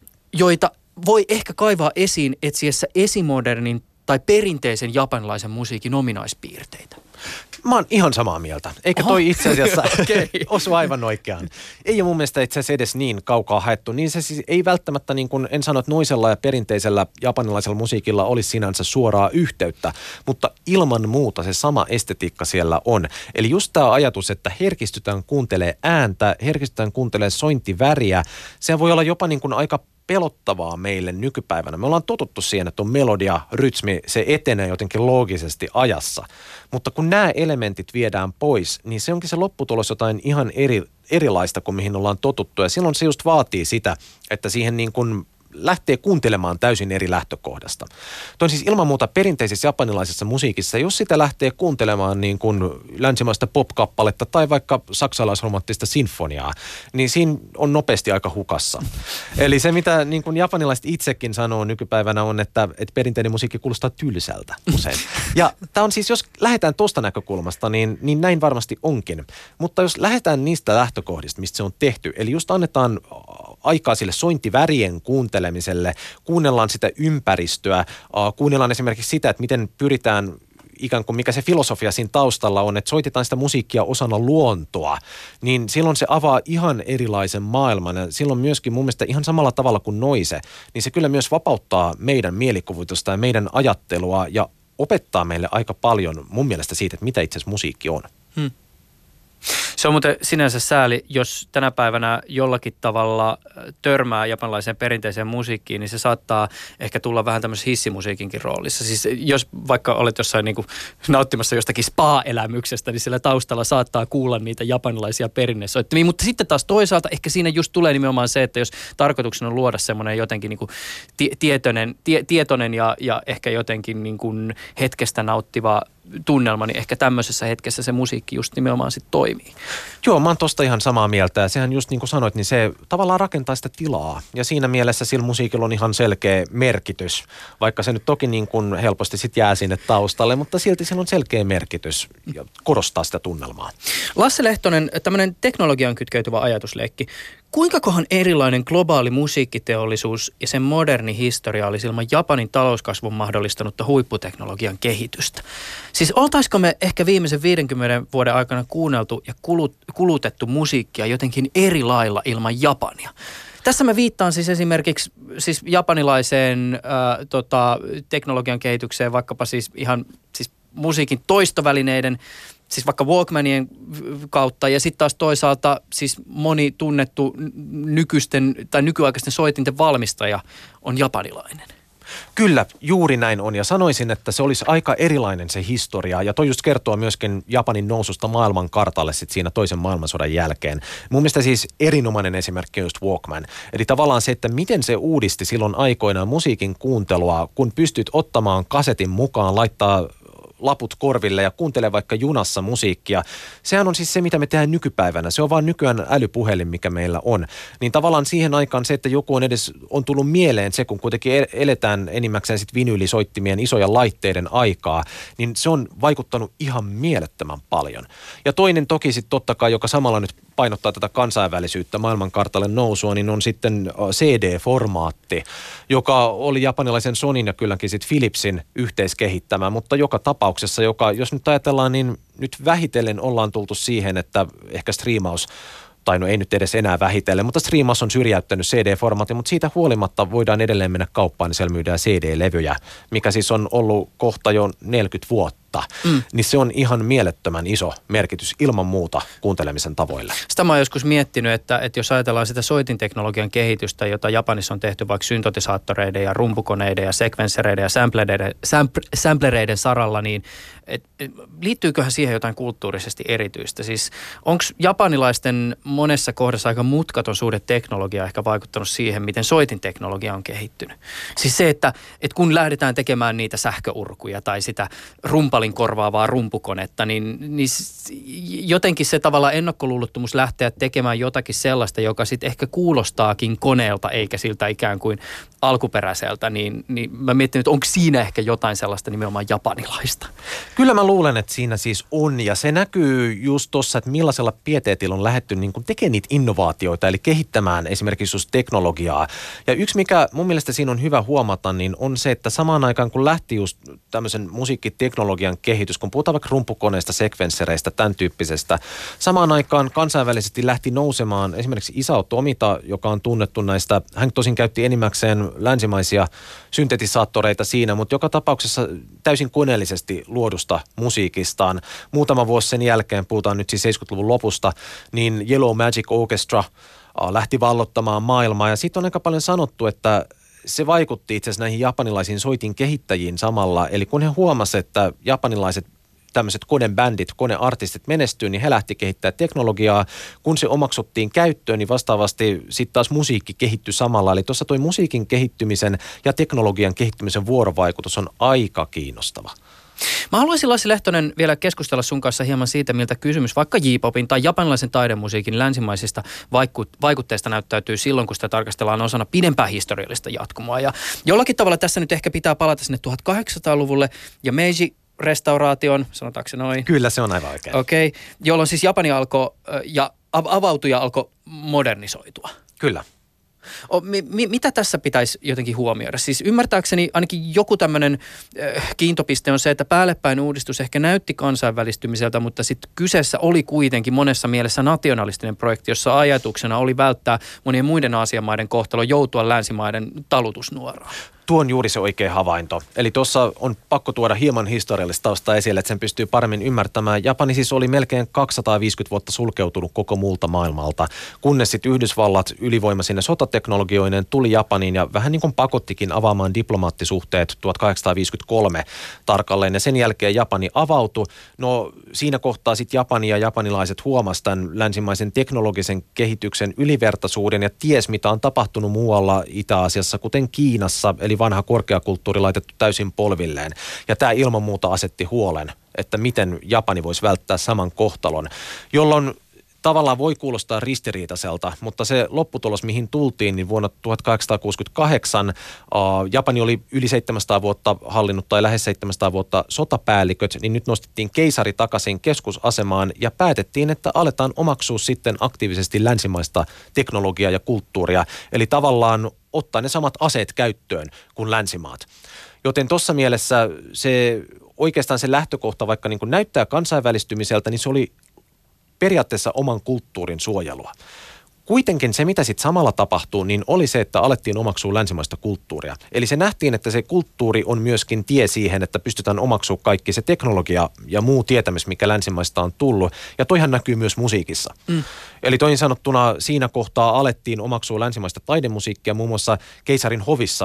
C: joita voi ehkä kaivaa esiin etsiessä esimodernin tai perinteisen japanilaisen musiikin ominaispiirteitä.
D: Mä oon ihan samaa mieltä. Eikä toi itse asiassa osu aivan oikeaan. Ei ole mun mielestä itse asiassa edes niin kaukaa haettu. Niin se siis ei välttämättä, niin kuin en sano, että noisella ja perinteisellä japanilaisella musiikilla olisi sinänsä suoraa yhteyttä, mutta ilman muuta se sama estetiikka siellä on. Eli just tämä ajatus, että herkistytään kuuntelee ääntä, herkistytään kuuntelee sointiväriä, se voi olla jopa niin kuin aika pelottavaa meille nykypäivänä. Me ollaan totuttu siihen, että on melodia, rytmi, se etenee jotenkin loogisesti ajassa. Mutta kun nämä elementit viedään pois, niin se onkin se lopputulos jotain ihan erilaista kuin mihin ollaan totuttu. Ja silloin se just vaatii sitä, että siihen niin kuin lähtee kuuntelemaan täysin eri lähtökohdasta. Tuo on siis ilman muuta perinteisessä japanilaisessa musiikissa, jos sitä lähtee kuuntelemaan niin kuin länsimaista pop-kappaletta tai vaikka saksalaisromanttista sinfoniaa, niin siinä on nopeasti aika hukassa. Eli se, mitä niin kuin japanilaiset itsekin sanoo nykypäivänä on, että perinteinen musiikki kuulostaa tylsältä usein. Ja tämä on siis, jos lähdetään tuosta näkökulmasta, niin näin varmasti onkin. Mutta jos lähdetään niistä lähtökohdista, mistä se on tehty, eli just annetaan aikaa sille sointivärien kuuntelemiselle, kuunnellaan sitä ympäristöä, kuunnellaan esimerkiksi sitä, että miten pyritään ikään kuin mikä se filosofia siinä taustalla on, että soitetaan sitä musiikkia osana luontoa, niin silloin se avaa ihan erilaisen maailman ja silloin myöskin mun mielestä ihan samalla tavalla kuin noise, niin se kyllä myös vapauttaa meidän mielikuvitusta ja meidän ajattelua ja opettaa meille aika paljon mun mielestä siitä, että mitä itse asiassa musiikki on.
C: Se on muuten sinänsä sääli, jos tänä päivänä jollakin tavalla törmää japanilaiseen perinteiseen musiikkiin, niin se saattaa ehkä tulla vähän tämmöisessä hissimusiikinkin roolissa. Siis jos vaikka olet jossain niin kuin nauttimassa jostakin spa-elämyksestä, niin siellä taustalla saattaa kuulla niitä japanilaisia perinnesoittimia. Mutta sitten taas toisaalta ehkä siinä just tulee nimenomaan se, että jos tarkoituksena on luoda semmoinen jotenkin niin kuin tietoinen ja ehkä jotenkin niin kuin hetkestä nauttiva tunnelma, niin ehkä tämmöisessä hetkessä se musiikki just nimenomaan sitten toimii.
D: Joo, mä oon tosta ihan samaa mieltä. Ja sehän just niin kuin sanoit, niin se tavallaan rakentaa sitä tilaa. Ja siinä mielessä sillä musiikilla on ihan selkeä merkitys, vaikka se nyt toki niin kuin helposti sitten jää sinne taustalle, mutta silti sillä on selkeä merkitys ja korostaa sitä tunnelmaa.
C: Lasse Lehtonen, tämmöinen teknologiaan kytkeytyvä ajatusleikki. Kuinkakohan erilainen globaali musiikkiteollisuus ja sen moderni historia olisi ilman Japanin talouskasvun mahdollistanutta huipputeknologian kehitystä? Siis oltaisiko me ehkä viimeisen 50 vuoden aikana kuunneltu ja kulutettu musiikkia jotenkin eri lailla ilman Japania? Tässä mä viittaan siis esimerkiksi japanilaiseen teknologian kehitykseen, vaikkapa siis ihan siis musiikin toistovälineiden, siis vaikka Walkmanien kautta ja sitten taas toisaalta siis moni tunnettu nykyisten tai nykyaikaisten soitinten valmistaja on japanilainen.
D: Kyllä, juuri näin on ja sanoisin, että se olisi aika erilainen se historia ja toi just kertoo myöskin Japanin noususta maailmankartalle sit siinä toisen maailmansodan jälkeen. Mun mielestä siis erinomainen esimerkki on just Walkman. Eli tavallaan se, että miten se uudisti silloin aikoinaan musiikin kuuntelua, kun pystyt ottamaan kasetin mukaan, laittaa laput korville ja kuuntele vaikka junassa musiikkia. Sehän on siis se, mitä me tehdään nykypäivänä. Se on vaan nykyään älypuhelin, mikä meillä on. Niin tavallaan siihen aikaan se, että joku on tullut mieleen se, kun kuitenkin eletään enimmäkseen sit vinyylisoittimien isoja laitteiden aikaa, niin se on vaikuttanut ihan mielettömän paljon. Ja toinen toki sitten totta kai, joka samalla nyt painottaa tätä kansainvälisyyttä maailmankartalle nousua, niin on sitten CD-formaatti, joka oli japanilaisen Sonyn ja kylläkin sitten Philipsin yhteiskehittämä, mutta joka tapauksessa, jos nyt ajatellaan, niin nyt vähitellen ollaan tultu siihen, että ehkä striimaus, tai no ei nyt edes enää vähitellen, mutta striimaus on syrjäyttänyt CD-formaatin, mutta siitä huolimatta voidaan edelleen mennä kauppaan, niin siellä myydään CD-levyjä, mikä siis on ollut kohta jo 40 vuotta. Niin se on ihan mielettömän iso merkitys ilman muuta kuuntelemisen tavoille.
C: Sitä mä oon joskus miettinyt, että jos ajatellaan sitä soitinteknologian kehitystä, jota Japanissa on tehty vaikka syntetisaattoreiden ja rumpukoneiden ja sekvenssereiden ja samplereiden saralla, niin liittyyköhän siihen jotain kulttuurisesti erityistä? Siis onko japanilaisten monessa kohdassa aika mutkaton suhde teknologiaa ehkä vaikuttanut siihen, miten soitinteknologia on kehittynyt? Siis se, että kun lähdetään tekemään niitä sähköurkuja tai sitä rumpalin korvaavaa rumpukonetta, niin jotenkin se tavallaan ennakkoluulottomuus lähteä tekemään jotakin sellaista, joka sitten ehkä kuulostaakin koneelta eikä siltä ikään kuin alkuperäiseltä, niin mä mietin, että onko siinä ehkä jotain sellaista nimenomaan japanilaista?
D: Kyllä mä luulen, että siinä siis on, ja se näkyy just tuossa, että millaisella pieteetillä on lähdetty niin kuin tekemään niitä innovaatioita, eli kehittämään esimerkiksi just teknologiaa. Ja yksi, mikä mun mielestä siinä on hyvä huomata, niin on se, että samaan aikaan kun lähti just tämmöisen musiikkiteknologian kehitys, kun puhutaan vaikka rumpukoneista, sekvenssereistä, tämän tyyppisestä, samaan aikaan kansainvälisesti lähti nousemaan esimerkiksi Isao Tomita, joka on tunnettu näistä, hän tosin käytti enimmäkseen länsimaisia syntetisaattoreita siinä, mutta joka tapauksessa täysin koneellisesti luodusta musiikistaan. Muutama vuosi sen jälkeen, puhutaan nyt siis 70-luvun lopusta, niin Yellow Magic Orchestra lähti vallottamaan maailmaa, ja siitä on aika paljon sanottu, että se vaikutti itse asiassa näihin japanilaisiin soitin kehittäjiin samalla, eli kun he huomasivat, että japanilaiset tämmöiset konebändit, koneartistit menestyy, niin he lähti kehittämään teknologiaa. Kun se omaksuttiin käyttöön, niin vastaavasti sitten taas musiikki kehittyi samalla. Eli tuossa toi musiikin kehittymisen ja teknologian kehittymisen vuorovaikutus on aika kiinnostava.
C: Mä haluaisin, Lassi Lehtonen, vielä keskustella sun kanssa hieman siitä, miltä kysymys vaikka J-popin tai japanilaisen taidemusiikin länsimaisista vaikutteista näyttäytyy silloin, kun sitä tarkastellaan osana pidempää historiallista jatkumoa. Ja jollakin tavalla tässä nyt ehkä pitää palata sinne 1800-luvulle ja Meiji-restauraation, sanotaanko se noin?
D: Kyllä, se on aivan oikein.
C: Okei, jolloin siis Japani alkoi ja avautui ja alkoi modernisoitua.
D: Kyllä.
C: Mitä tässä pitäisi jotenkin huomioida? Siis ymmärtääkseni ainakin joku tämmöinen kiintopiste on se, että päällepäin uudistus ehkä näytti kansainvälistymiseltä, mutta sitten kyseessä oli kuitenkin monessa mielessä nationalistinen projekti, jossa ajatuksena oli välttää monien muiden Aasian-maiden kohtalo joutua länsimaiden talutusnuoraan.
D: Tuo on juuri se oikea havainto. Eli tuossa on pakko tuoda hieman historiallista taustaa esille, että sen pystyy paremmin ymmärtämään. Japani siis oli melkein 250 vuotta sulkeutunut koko muulta maailmalta, kunnes sitten Yhdysvallat ylivoimaisine sotateknologioineen tuli Japaniin ja vähän niin kuin pakottikin avaamaan diplomaattisuhteet 1853 tarkalleen. Ja sen jälkeen Japani avautui. No siinä kohtaa sitten Japani ja japanilaiset huomasivat tämän länsimaisen teknologisen kehityksen ylivertaisuuden ja ties mitä on tapahtunut muualla Itä-Aasiassa, kuten Kiinassa, eli vanha korkeakulttuuri laitettu täysin polvilleen. Ja tämä ilman muuta asetti huolen, että miten Japani voisi välttää saman kohtalon, jolloin tavallaan voi kuulostaa ristiriitaiselta, mutta se lopputulos, mihin tultiin, niin vuonna 1868 Japani oli yli 700 vuotta hallinnut tai lähes 700 vuotta sotapäälliköt, niin nyt nostettiin keisari takaisin keskusasemaan ja päätettiin, että aletaan omaksua sitten aktiivisesti länsimaista teknologiaa ja kulttuuria, eli tavallaan ottaa ne samat aseet käyttöön kuin länsimaat. Joten tuossa mielessä oikeastaan se lähtökohta, vaikka niin kuin näyttää kansainvälistymiseltä, niin se oli periaatteessa oman kulttuurin suojelua. Kuitenkin se, mitä sitten samalla tapahtuu, niin oli se, että alettiin omaksua länsimaista kulttuuria. Eli se nähtiin, että se kulttuuri on myöskin tie siihen, että pystytään omaksua kaikki se teknologia ja muu tietämys, mikä länsimaista on tullut. Ja toihan näkyy myös musiikissa. Eli toisin sanottuna siinä kohtaa alettiin omaksua länsimaista taidemusiikkia, muun muassa keisarin hovissa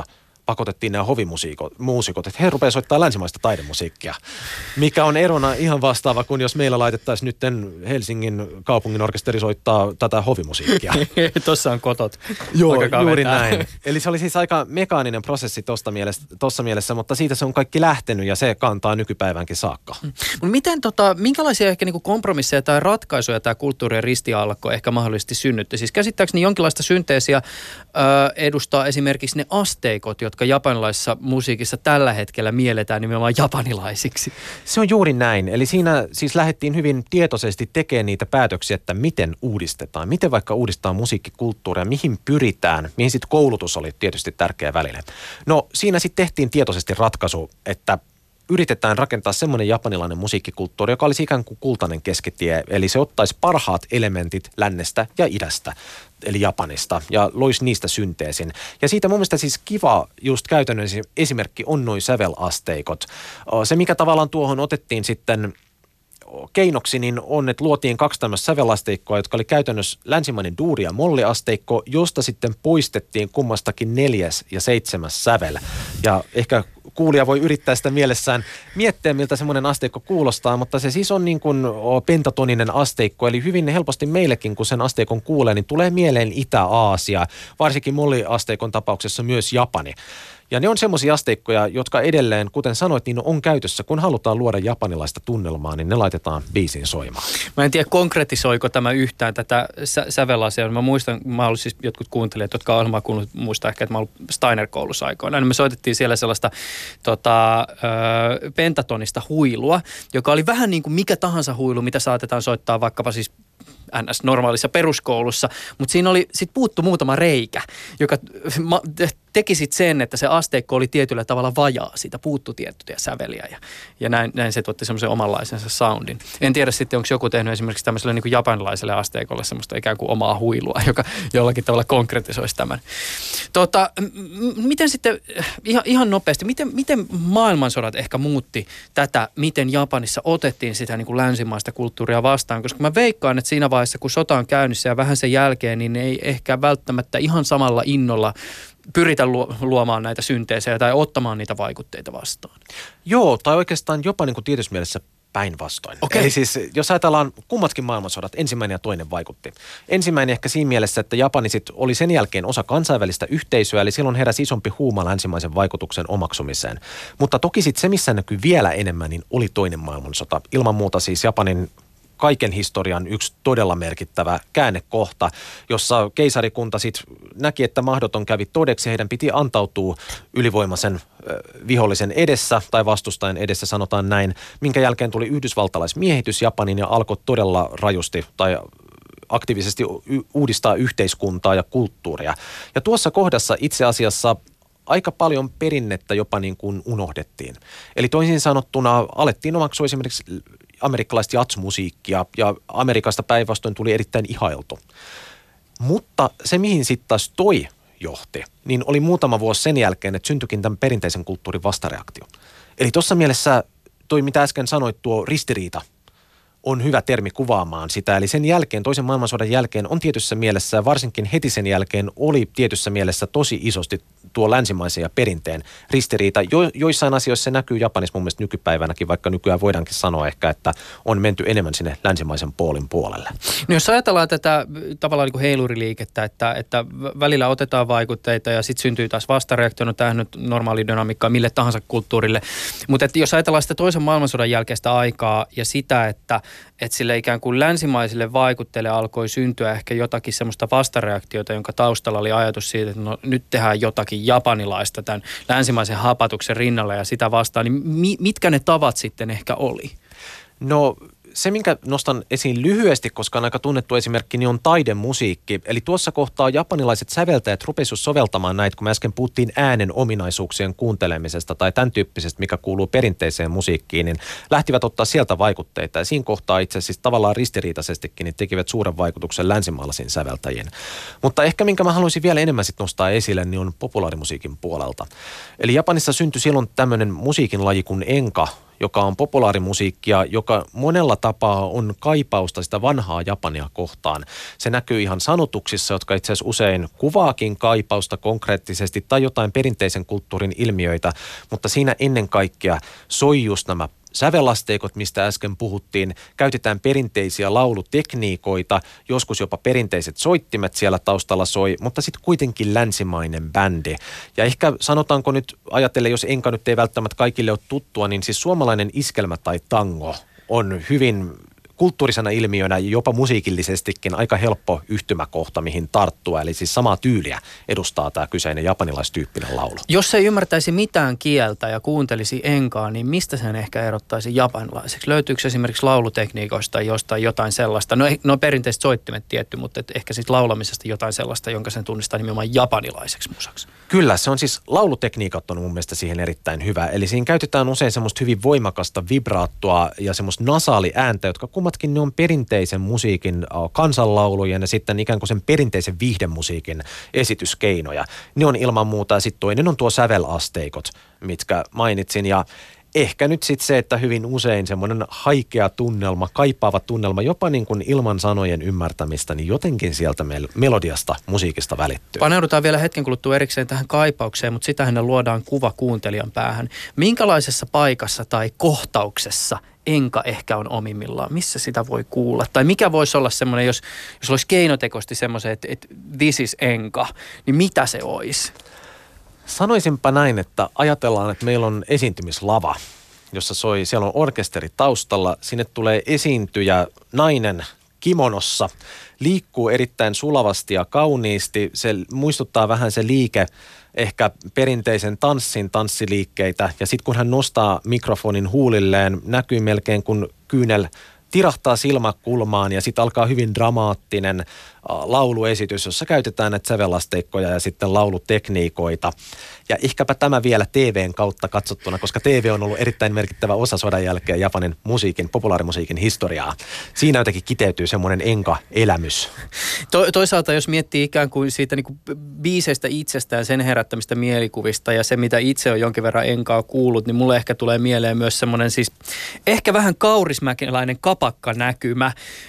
D: pakotettiin nämä hovimuusikot, että he rupeavat soittamaan länsimaista taidemusiikkia, mikä on erona ihan vastaava kuin jos meillä laitettaisiin nyt Helsingin kaupungin orkesteri soittaa tätä hovimusiikkia.
C: Tuossa on kotot.
D: Joo, juuri näin. Eli se oli siis aika mekaaninen prosessi tuossa mielessä, mutta siitä se on kaikki lähtenyt ja se kantaa nykypäivänkin saakka.
C: Miten minkälaisia ehkä niinku kompromisseja tai ratkaisuja tämä kulttuurien ristiaalko ehkä mahdollisesti synnytti? Siis käsittääkseni jonkinlaista synteesiä edustaa esimerkiksi ne asteikot, jotka japanilaisessa musiikissa tällä hetkellä mielletään nimenomaan japanilaisiksi.
D: Se on juuri näin. Eli siinä siis lähdettiin hyvin tietoisesti tekemään niitä päätöksiä, että miten uudistetaan. Miten vaikka uudistetaan musiikkikulttuuria, mihin pyritään, mihin sitten koulutus oli tietysti tärkeä väline. No siinä sitten tehtiin tietoisesti ratkaisu, että yritetään rakentaa semmoinen japanilainen musiikkikulttuuri, joka olisi ikään kuin kultainen keskitie. Eli se ottaisi parhaat elementit lännestä ja idästä, eli Japanista, ja loisi niistä synteesin. Ja siitä mun mielestä siis kiva just käytännön esimerkki on noi sävelasteikot. Se, mikä tavallaan tuohon otettiin sitten keinoksi, niin on, että luotiin 2 tämmöistä sävelasteikkoa, jotka oli käytännössä länsimainen duuri- ja molliasteikko, josta sitten poistettiin kummastakin 4. ja 7. sävel. Ja ehkä kuulija voi yrittää sitä mielessään miettiä, miltä semmoinen asteikko kuulostaa, mutta se siis on niin kuin pentatoninen asteikko, eli hyvin helposti meillekin, kun sen asteikon kuulee, niin tulee mieleen Itä-Aasia, varsinkin molliasteikon tapauksessa myös Japani. Ja ne on semmoisia asteikkoja, jotka edelleen, kuten sanoit, niin on käytössä. Kun halutaan luoda japanilaista tunnelmaa, niin ne laitetaan biisiin soimaan.
C: Mä en tiedä, konkretisoiko tämä yhtään tätä sävelasiaa. Mä muistan, mä olin siis jotkut kuuntelijat, jotka on kuullut, muistaa ehkä, että mä olin Steiner-koulussa aikoina. Niin me soitettiin siellä sellaista pentatonista huilua, joka oli vähän niin kuin mikä tahansa huilu, mitä saatetaan soittaa vaikkapa siis NS-normaalissa peruskoulussa, mutta siinä oli, sit puuttu muutama reikä, joka teki sit sen, että se asteikko oli tietyllä tavalla vajaa, siitä puuttu tiettyjä säveliä ja näin se tuotti semmoisen omanlaisensa soundin. En tiedä sitten, onko joku tehnyt esimerkiksi tämmöiselle niin kuin japanilaiselle asteikolle semmoista ikään kuin omaa huilua, joka jollakin tavalla konkretisoisi tämän. Miten sitten, ihan nopeasti, miten maailmansodat ehkä muutti tätä, miten Japanissa otettiin sitä niin kuin länsimaista kulttuuria vastaan, koska mä veikkaan, että siinä vaiheessa, kun sota on käynnissä ja vähän sen jälkeen, niin ei ehkä välttämättä ihan samalla innolla pyritä luomaan näitä synteesejä tai ottamaan niitä vaikutteita vastaan.
D: Joo, tai oikeastaan jopa niin kuin tietyssä mielessä päinvastoin.
C: Okay.
D: Eli siis jos ajatellaan kummatkin maailmansodat, ensimmäinen ja toinen vaikutti. Ensimmäinen ehkä siinä mielessä, että Japani sit oli sen jälkeen osa kansainvälistä yhteisöä, eli silloin heräsi isompi huuma länsimaisen vaikutuksen omaksumiseen. Mutta toki sitten se, missä näkyy vielä enemmän, niin oli toinen maailmansota. Ilman muuta siis Japanin kaiken historian yksi todella merkittävä käännekohta, jossa keisarikunta sitten näki, että mahdoton kävi todeksi. Heidän piti antautua ylivoimaisen vihollisen edessä tai vastustajan edessä, sanotaan näin, minkä jälkeen tuli yhdysvaltalaismiehitys Japanin ja alkoi todella rajusti tai aktiivisesti uudistaa yhteiskuntaa ja kulttuuria. Ja tuossa kohdassa itse asiassa aika paljon perinnettä jopa niin kuin unohdettiin. Eli toisin sanottuna alettiin omaksua esimerkiksi amerikkalaista jazzmusiikkia ja Amerikasta päinvastoin tuli erittäin ihailtu. Mutta se, mihin sitten taas toi johti, niin oli muutama vuosi sen jälkeen, että syntyikin tämän perinteisen kulttuurin vastareaktio. Eli tuossa mielessä toi, mitä äsken sanoit, tuo ristiriita on hyvä termi kuvaamaan sitä. Eli sen jälkeen, toisen maailmansodan jälkeen on tietyssä mielessä, ja varsinkin heti sen jälkeen oli tietyssä mielessä tosi isosti tuo länsimaisen ja perinteen ristiriita. Joissain asioissa se näkyy Japanissa mun mielestä nykypäivänäkin, vaikka nykyään voidaankin sanoa ehkä, että on menty enemmän sinne länsimaisen poolin puolelle.
C: No jos ajatellaan tätä tavallaan niin kuin heiluriliikettä, että välillä otetaan vaikutteita ja sitten syntyy taas vastareaktio, no tämähän nyt normaali dynamiikka mille tahansa kulttuurille. Mutta jos ajatellaan sitä toisen maailmansodan jälkeistä aikaa ja sitä, että sille ikään kuin länsimaisille vaikutteille alkoi syntyä ehkä jotakin semmoista vastareaktiota, jonka taustalla oli ajatus siitä, että no, nyt tehdään jotakin japanilaista tämän länsimaisen hapatuksen rinnalla ja sitä vastaan, niin mitkä ne tavat sitten ehkä oli?
D: No se, minkä nostan esiin lyhyesti, koska on aika tunnettu esimerkki, niin on taidemusiikki. Eli tuossa kohtaa japanilaiset säveltäjät rupesivat soveltamaan näitä, kun me äsken puhuttiin äänen ominaisuuksien kuuntelemisesta tai tämän tyyppisestä, mikä kuuluu perinteiseen musiikkiin, niin lähtivät ottaa sieltä vaikutteita. Ja siinä kohtaa itse asiassa tavallaan ristiriitaisestikin niin tekivät suuren vaikutuksen länsimaalaisiin säveltäjiin. Mutta ehkä minkä mä haluaisin vielä enemmän sit nostaa esille, niin on populaarimusiikin puolelta. Eli Japanissa syntyi silloin tämmöinen musiikin laji kuin enka, joka on populaarimusiikkia, joka monella tapaa on kaipausta sitä vanhaa Japania kohtaan. Se näkyy ihan sanotuksissa, jotka itse asiassa usein kuvaakin kaipausta konkreettisesti tai jotain perinteisen kulttuurin ilmiöitä, mutta siinä ennen kaikkea soi just nämä sävelasteikot, mistä äsken puhuttiin, käytetään perinteisiä laulutekniikoita, joskus jopa perinteiset soittimet siellä taustalla soi, mutta sitten kuitenkin länsimainen bändi. Ja ehkä sanotaanko nyt, ajatellen, jos enka nyt ei välttämättä kaikille ole tuttua, niin siis suomalainen iskelmä tai tango on hyvin kulttuurisena ilmiönä, jopa musiikillisestikin aika helppo yhtymäkohta, mihin tarttua. Eli siis samaa tyyliä edustaa tämä kyseinen japanilaistyyppinen laulu.
C: Jos ei ymmärtäisi mitään kieltä ja kuuntelisi enkaa, niin mistä sen ehkä erottaisi japanilaiseksi? Löytyykö esimerkiksi laulutekniikoista jostain jotain sellaista? No perinteiset soittimet tietty, mutta ehkä sitten laulamisesta jotain sellaista, jonka sen tunnistaa nimenomaan japanilaiseksi musaksi.
D: Kyllä, se on siis, laulutekniikat on mun mielestä siihen erittäin hyvä. Eli siinä käytetään usein semmoista hyvin voimakasta vibraattoa ja semmoista nasaaliääntä, jotka kummatkin ne on perinteisen musiikin kansanlaulujen ja sitten ikään kuin sen perinteisen viihdemusiikin esityskeinoja. Ne on ilman muuta ja sitten toinen on tuo sävelasteikot, mitkä mainitsin ja ehkä nyt sitten se, että hyvin usein semmoinen haikea tunnelma, kaipaava tunnelma, jopa niin kuin ilman sanojen ymmärtämistä, niin jotenkin sieltä melodiasta, musiikista välittyy.
C: Paneudutaan vielä hetken kuluttua erikseen tähän kaipaukseen, mutta sitähän luodaan kuva kuuntelijan päähän. Minkälaisessa paikassa tai kohtauksessa enka ehkä on omimmillaan? Missä sitä voi kuulla? Tai mikä voisi olla semmoinen, jos olisi keinotekoisesti semmoisen, että this is enka, niin mitä se olisi?
D: Sanoisinpa näin, että ajatellaan, että meillä on esiintymislava, jossa siellä on orkesteri taustalla. Sinne tulee esiintyjä nainen kimonossa, liikkuu erittäin sulavasti ja kauniisti. Se muistuttaa vähän se liike ehkä perinteisen tanssiliikkeitä. Ja sitten kun hän nostaa mikrofonin huulilleen, näkyy melkein kun kyynel tirahtaa silmäkulmaan ja sitten alkaa hyvin dramaattinen lauluesitys, jossa käytetään näitä sävelasteikkoja ja sitten laulutekniikoita. Ja ehkäpä tämä vielä TVn kautta katsottuna, koska TV on ollut erittäin merkittävä osa sodan jälkeen Japanin populaarimusiikin historiaa. Siinä jotenkin kiteytyy semmoinen enka-elämys.
C: Toisaalta jos miettii ikään kuin siitä niin kuin biiseistä itsestään, sen herättämistä mielikuvista ja se, mitä itse on jonkin verran enkaa kuullut, niin mulle ehkä tulee mieleen myös semmoinen siis ehkä vähän kaurismäkeläinen kapakkanäkymä.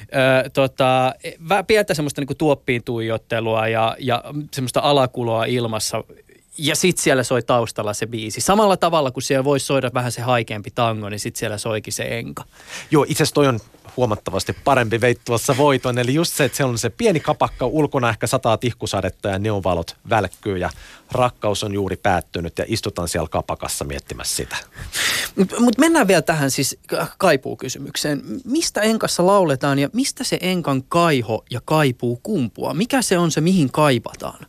C: Pientä semmoista niin kuin tuoppiin tuijottelua ja semmoista alakuloa ilmassa. Ja sitten siellä soi taustalla se biisi. Samalla tavalla, kun siellä voisi soida vähän se haikeampi tango, niin sitten siellä soikin se enka.
D: Joo, itse asiassa toi on huomattavasti parempi veittuassa voiton. Eli just se, että siellä on se pieni kapakka, ulkona ehkä sataa tihkusadetta ja neonvalot välkkyy ja rakkaus on juuri päättynyt ja istutaan siellä kapakassa miettimässä sitä.
C: Mutta mennään vielä tähän siis kaipuukysymykseen. Mistä enkassa lauletaan ja mistä se enkan kaiho ja kaipuu kumpuaa? Mikä se on se, mihin kaipataan?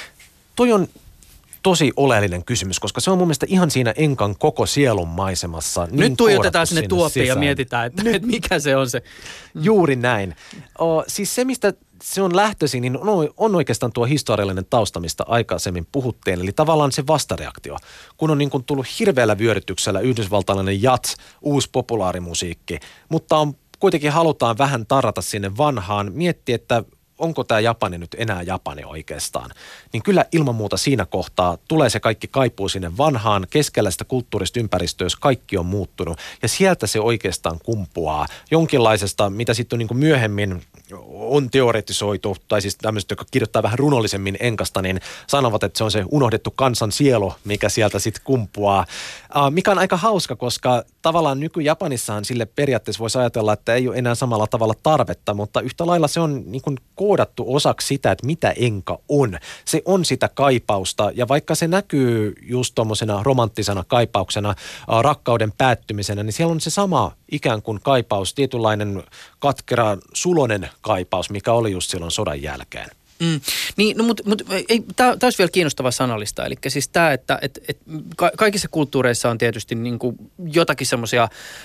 D: Toi on tosi oleellinen kysymys, koska se on mun mielestä ihan siinä enkan koko sielun maisemassa. Niin
C: nyt tuijotetaan sinne tuoppiin ja mietitään, että mikä se on se.
D: Juuri näin. Siis se, mistä se on lähtöisin, niin on oikeastaan tuo historiallinen tausta, mistä aikaisemmin puhuttiin. Eli tavallaan se vastareaktio. Kun on niin kuin tullut hirveällä vyörytyksellä yhdysvaltalainen jazz, uusi populaarimusiikki, mutta kuitenkin halutaan vähän tarrata sinne vanhaan, miettiä, että onko tämä Japani nyt enää Japani oikeastaan, niin kyllä ilman muuta siinä kohtaa tulee se kaikki kaipuu sinne vanhaan keskellä sitä kulttuurista ympäristöä, jos kaikki on muuttunut. Ja sieltä se oikeastaan kumpuaa jonkinlaisesta, mitä sitten on niin kuin myöhemmin on teoretisoitu, tai siis tämmöiset, jotka kirjoittaa vähän runollisemmin enkasta, niin sanovat, että se on se unohdettu kansan sielu, mikä sieltä sitten kumpuaa. Mikä on aika hauska, koska tavallaan nyky-Japanissahan sille periaatteessa voisi ajatella, että ei ole enää samalla tavalla tarvetta, mutta yhtä lailla se on niin kuin koodattu osaksi sitä, että mitä enka on. Se on sitä kaipausta, ja vaikka se näkyy just tuommoisena romanttisena kaipauksena, rakkauden päättymisenä, niin siellä on se sama ikään kuin kaipaus, tietynlainen katkera, sulonen kaipaus, mikä oli just silloin sodan jälkeen.
C: Niin, no mutta tämä olisi vielä kiinnostava sanallista. Eli siis tämä, että kaikissa kulttuureissa on tietysti niin kuin jotakin semmoisia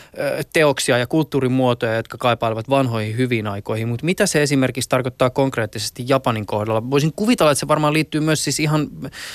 C: teoksia ja kulttuurimuotoja, jotka kaipailevat vanhoihin hyviin aikoihin. Mutta mitä se esimerkiksi tarkoittaa konkreettisesti Japanin kohdalla? Voisin kuvitella, että se varmaan liittyy myös siis ihan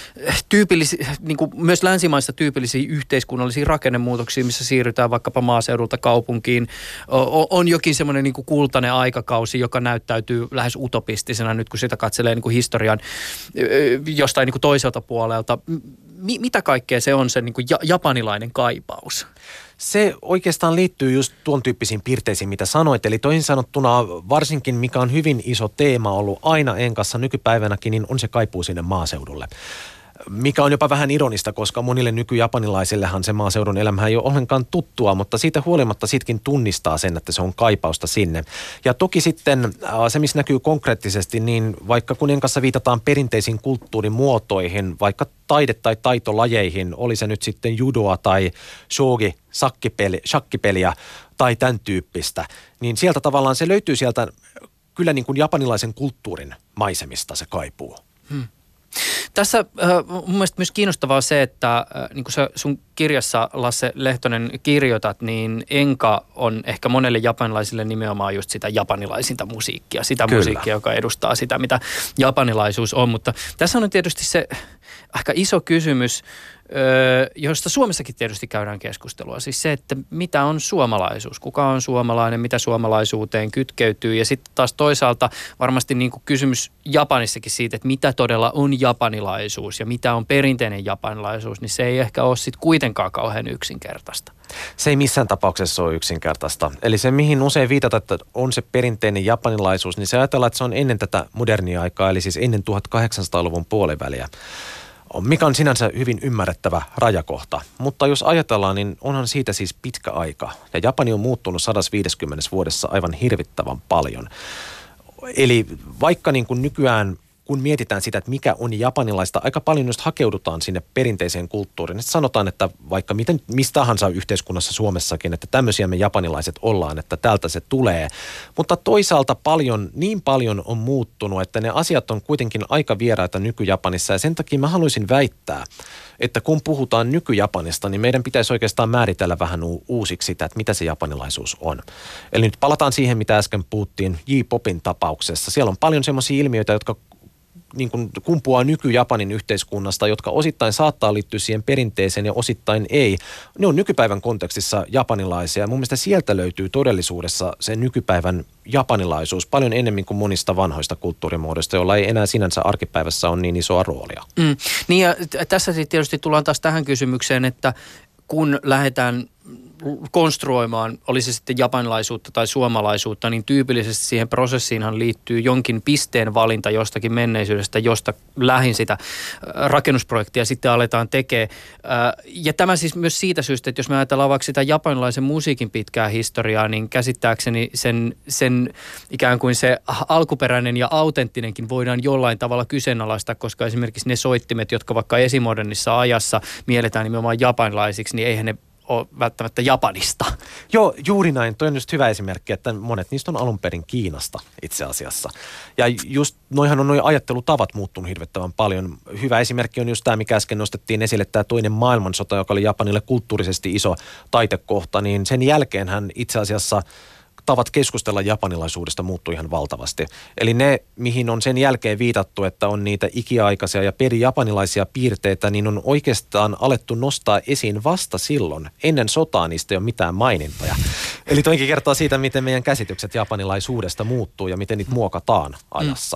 C: niin kuin myös länsimaissa tyypillisiin yhteiskunnallisiin rakennemuutoksiin, missä siirrytään vaikkapa maaseudulta kaupunkiin. On jokin semmoinen niin kuin kultainen aikakausi, joka näyttäytyy lähes utopistisena nyt, kun sitä katsoo katselee niin kuin historian jostain niin kuin toiselta puolelta. Mitä kaikkea se on se niin kuin japanilainen kaipaus?
D: Se oikeastaan liittyy just tuon tyyppisiin piirteisiin, mitä sanoit. Eli toisin sanottuna varsinkin, mikä on hyvin iso teema ollut aina Enkassa nykypäivänäkin, niin on se kaipuu sinne maaseudulle. Mikä on jopa vähän ironista, koska monille nykyjapanilaisillehan se maaseudun elämä ei ole ollenkaan tuttua, mutta siitä huolimatta sitkin tunnistaa sen, että se on kaipausta sinne. Ja toki sitten se, missä näkyy konkreettisesti, niin vaikka kun Enkassa viitataan perinteisiin kulttuurimuotoihin, vaikka taide- tai taitolajeihin, oli se nyt sitten judoa tai shogi, shakkipeliä tai tämän tyyppistä, niin sieltä tavallaan se löytyy sieltä kyllä niin kuin japanilaisen kulttuurin maisemista se kaipuu.
C: Tässä mun mielestä myös kiinnostavaa se, että niin kuin sä sun kirjassa, Lasse Lehtonen, kirjoitat, niin Enka on ehkä monelle japanilaisille nimenomaan just sitä japanilaisinta musiikkia. Sitä Kyllä. musiikkia, joka edustaa sitä, mitä japanilaisuus on. Mutta tässä on tietysti se aika iso kysymys, josta Suomessakin tietysti käydään keskustelua. Siis se, että mitä on suomalaisuus, kuka on suomalainen, mitä suomalaisuuteen kytkeytyy. Ja sitten taas toisaalta varmasti niin kuin kysymys Japanissakin siitä, että mitä todella on japanilaisuus ja mitä on perinteinen japanilaisuus, niin se ei ehkä ole sitten kuitenkaan kauhean yksinkertaista.
D: Se ei missään tapauksessa ole yksinkertaista. Eli se, mihin usein viitata, että on se perinteinen japanilaisuus, niin se ajatellaan, että se on ennen tätä modernia aikaa, eli siis ennen 1800-luvun puoliväliä. Mikä on sinänsä hyvin ymmärrettävä rajakohta. Mutta jos ajatellaan, niin onhan siitä siis pitkä aika. Ja Japani on muuttunut 150 vuodessa aivan hirvittävän paljon. Eli vaikka niin kuin nykyään, kun mietitään sitä, että mikä on japanilaista, aika paljon just hakeudutaan sinne perinteiseen kulttuuriin. Että sanotaan, että vaikka mistä tahansa yhteiskunnassa Suomessakin, että tämmöisiä me japanilaiset ollaan, että tältä se tulee. Mutta toisaalta niin paljon on muuttunut, että ne asiat on kuitenkin aika vieraita nyky-Japanissa. Ja sen takia mä haluaisin väittää, että kun puhutaan nyky-Japanista, niin meidän pitäisi oikeastaan määritellä vähän uusiksi sitä, että mitä se japanilaisuus on. Eli nyt palataan siihen, mitä äsken puhuttiin J-popin tapauksessa. Siellä on paljon semmoisia ilmiöitä, jotka niin kuin kumpuaa nyky-Japanin yhteiskunnasta, jotka osittain saattaa liittyä siihen perinteeseen ja osittain ei. Ne on nykypäivän kontekstissa japanilaisia. Mun mielestä sieltä löytyy todellisuudessa se nykypäivän japanilaisuus paljon enemmän kuin monista vanhoista kulttuurimuodoista, joilla ei enää sinänsä arkipäivässä ole niin isoa roolia.
C: Niin ja tässä tietysti tullaan taas tähän kysymykseen, että kun lähdetään konstruoimaan, oli se sitten japanilaisuutta tai suomalaisuutta, niin tyypillisesti siihen prosessiinhan liittyy jonkin pisteen valinta jostakin menneisyydestä, josta lähin sitä rakennusprojektia sitten aletaan tekemään. Ja tämä siis myös siitä syystä, että jos me ajatellaan vaikka sitä japanilaisen musiikin pitkää historiaa, niin käsittääkseni sen ikään kuin se alkuperäinen ja autenttinenkin voidaan jollain tavalla kyseenalaistaa, koska esimerkiksi ne soittimet, jotka vaikka esimodernissa ajassa mielletään nimenomaan japanilaisiksi, niin eihän ne ole välttämättä Japanista.
D: Joo, juuri näin. Toi on just hyvä esimerkki, että monet niistä on alun perin Kiinasta itse asiassa. Ja just noihan on nuo ajattelutavat muuttunut hirvittävän paljon. Hyvä esimerkki on just tämä, mikä äsken nostettiin esille, tämä toinen maailmansota, joka oli Japanille kulttuurisesti iso taitekohta, niin sen jälkeen hän itse asiassa tavat keskustella japanilaisuudesta muuttui ihan valtavasti. Eli ne, mihin on sen jälkeen viitattu, että on niitä ikiaikaisia ja perijapanilaisia piirteitä, niin on oikeastaan alettu nostaa esiin vasta silloin. Ennen sotaa niistä ei ole mitään mainintoja. Eli toinkin kertoo siitä, miten meidän käsitykset japanilaisuudesta muuttuu ja miten niitä muokataan ajassa.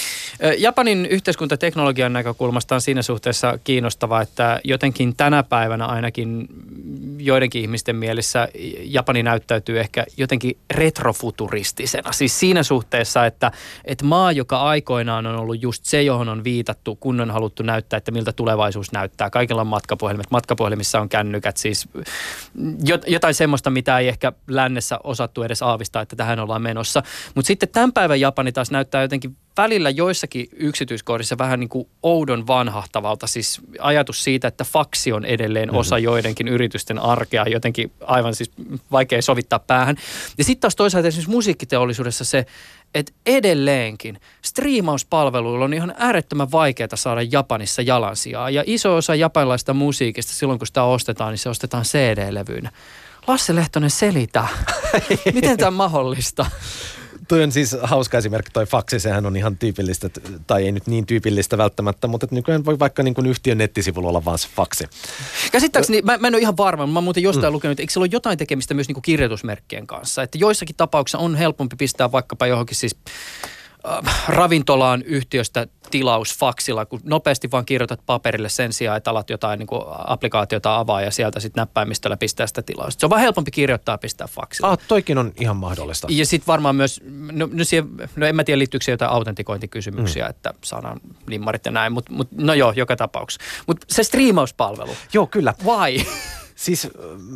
C: Japanin yhteiskuntateknologian näkökulmasta on siinä suhteessa kiinnostava, että jotenkin tänä päivänä ainakin joidenkin ihmisten mielessä Japani näyttäytyy ehkä jotenkin retrofuturistisena. Siis siinä suhteessa, että maa, joka aikoinaan on ollut just se, johon on viitattu, kun on haluttu näyttää, että miltä tulevaisuus näyttää. Kaikilla on matkapuhelimet, matkapuhelimissa on kännykät, siis jotain semmoista, mitä ei ehkä lännessä osattu edes aavistaa, että tähän ollaan menossa. Mutta sitten tämän päivän Japani taas näyttää jotenkin välillä joissakin yksityiskohdissa vähän niin kuin oudon vanhahtavalta, siis ajatus siitä, että faksi on edelleen osa joidenkin yritysten arkea, jotenkin aivan siis vaikea sovittaa päähän. Ja sitten taas toisaalta esimerkiksi musiikkiteollisuudessa se, että edelleenkin striimauspalveluilla on ihan äärettömän vaikeaa saada Japanissa jalansijaa. Ja iso osa japanilaista musiikista silloin, kun sitä ostetaan, niin se ostetaan CD-levyynä. Lasse Lehtonen, selitä. Miten tämä on mahdollista?
D: Toi on siis hauska esimerkki, toi faksi, sehän on ihan tyypillistä, tai ei nyt niin tyypillistä välttämättä, mutta nykyään voi vaikka niin kuin yhtiön nettisivulla olla vaan se faksi.
C: Käsittääkseni, mä en ole ihan varma, mä oon muuten jostain lukenut, että eikö sillä ole jotain tekemistä myös niin kuin kirjoitusmerkkien kanssa, että joissakin tapauksissa on helpompi pistää vaikkapa johonkin siis ravintolaan yhtiöstä tilaus faksilla, kun nopeasti vaan kirjoitat paperille sen sijaan, että alat jotain niin kuin applikaatiota avaa ja sieltä sitten näppäimistöllä pistää sitä tilausta. Se on vaan helpompi kirjoittaa ja pistää faksilla.
D: Toikin on ihan mahdollista.
C: Ja sitten varmaan myös, en mä tiedä liittyykö jotain autentikointikysymyksiä, että saadaan limmarit ja näin, mutta no joo, joka tapauksessa. Mutta se striimauspalvelu.
D: Joo, kyllä.
C: Why?
D: Siis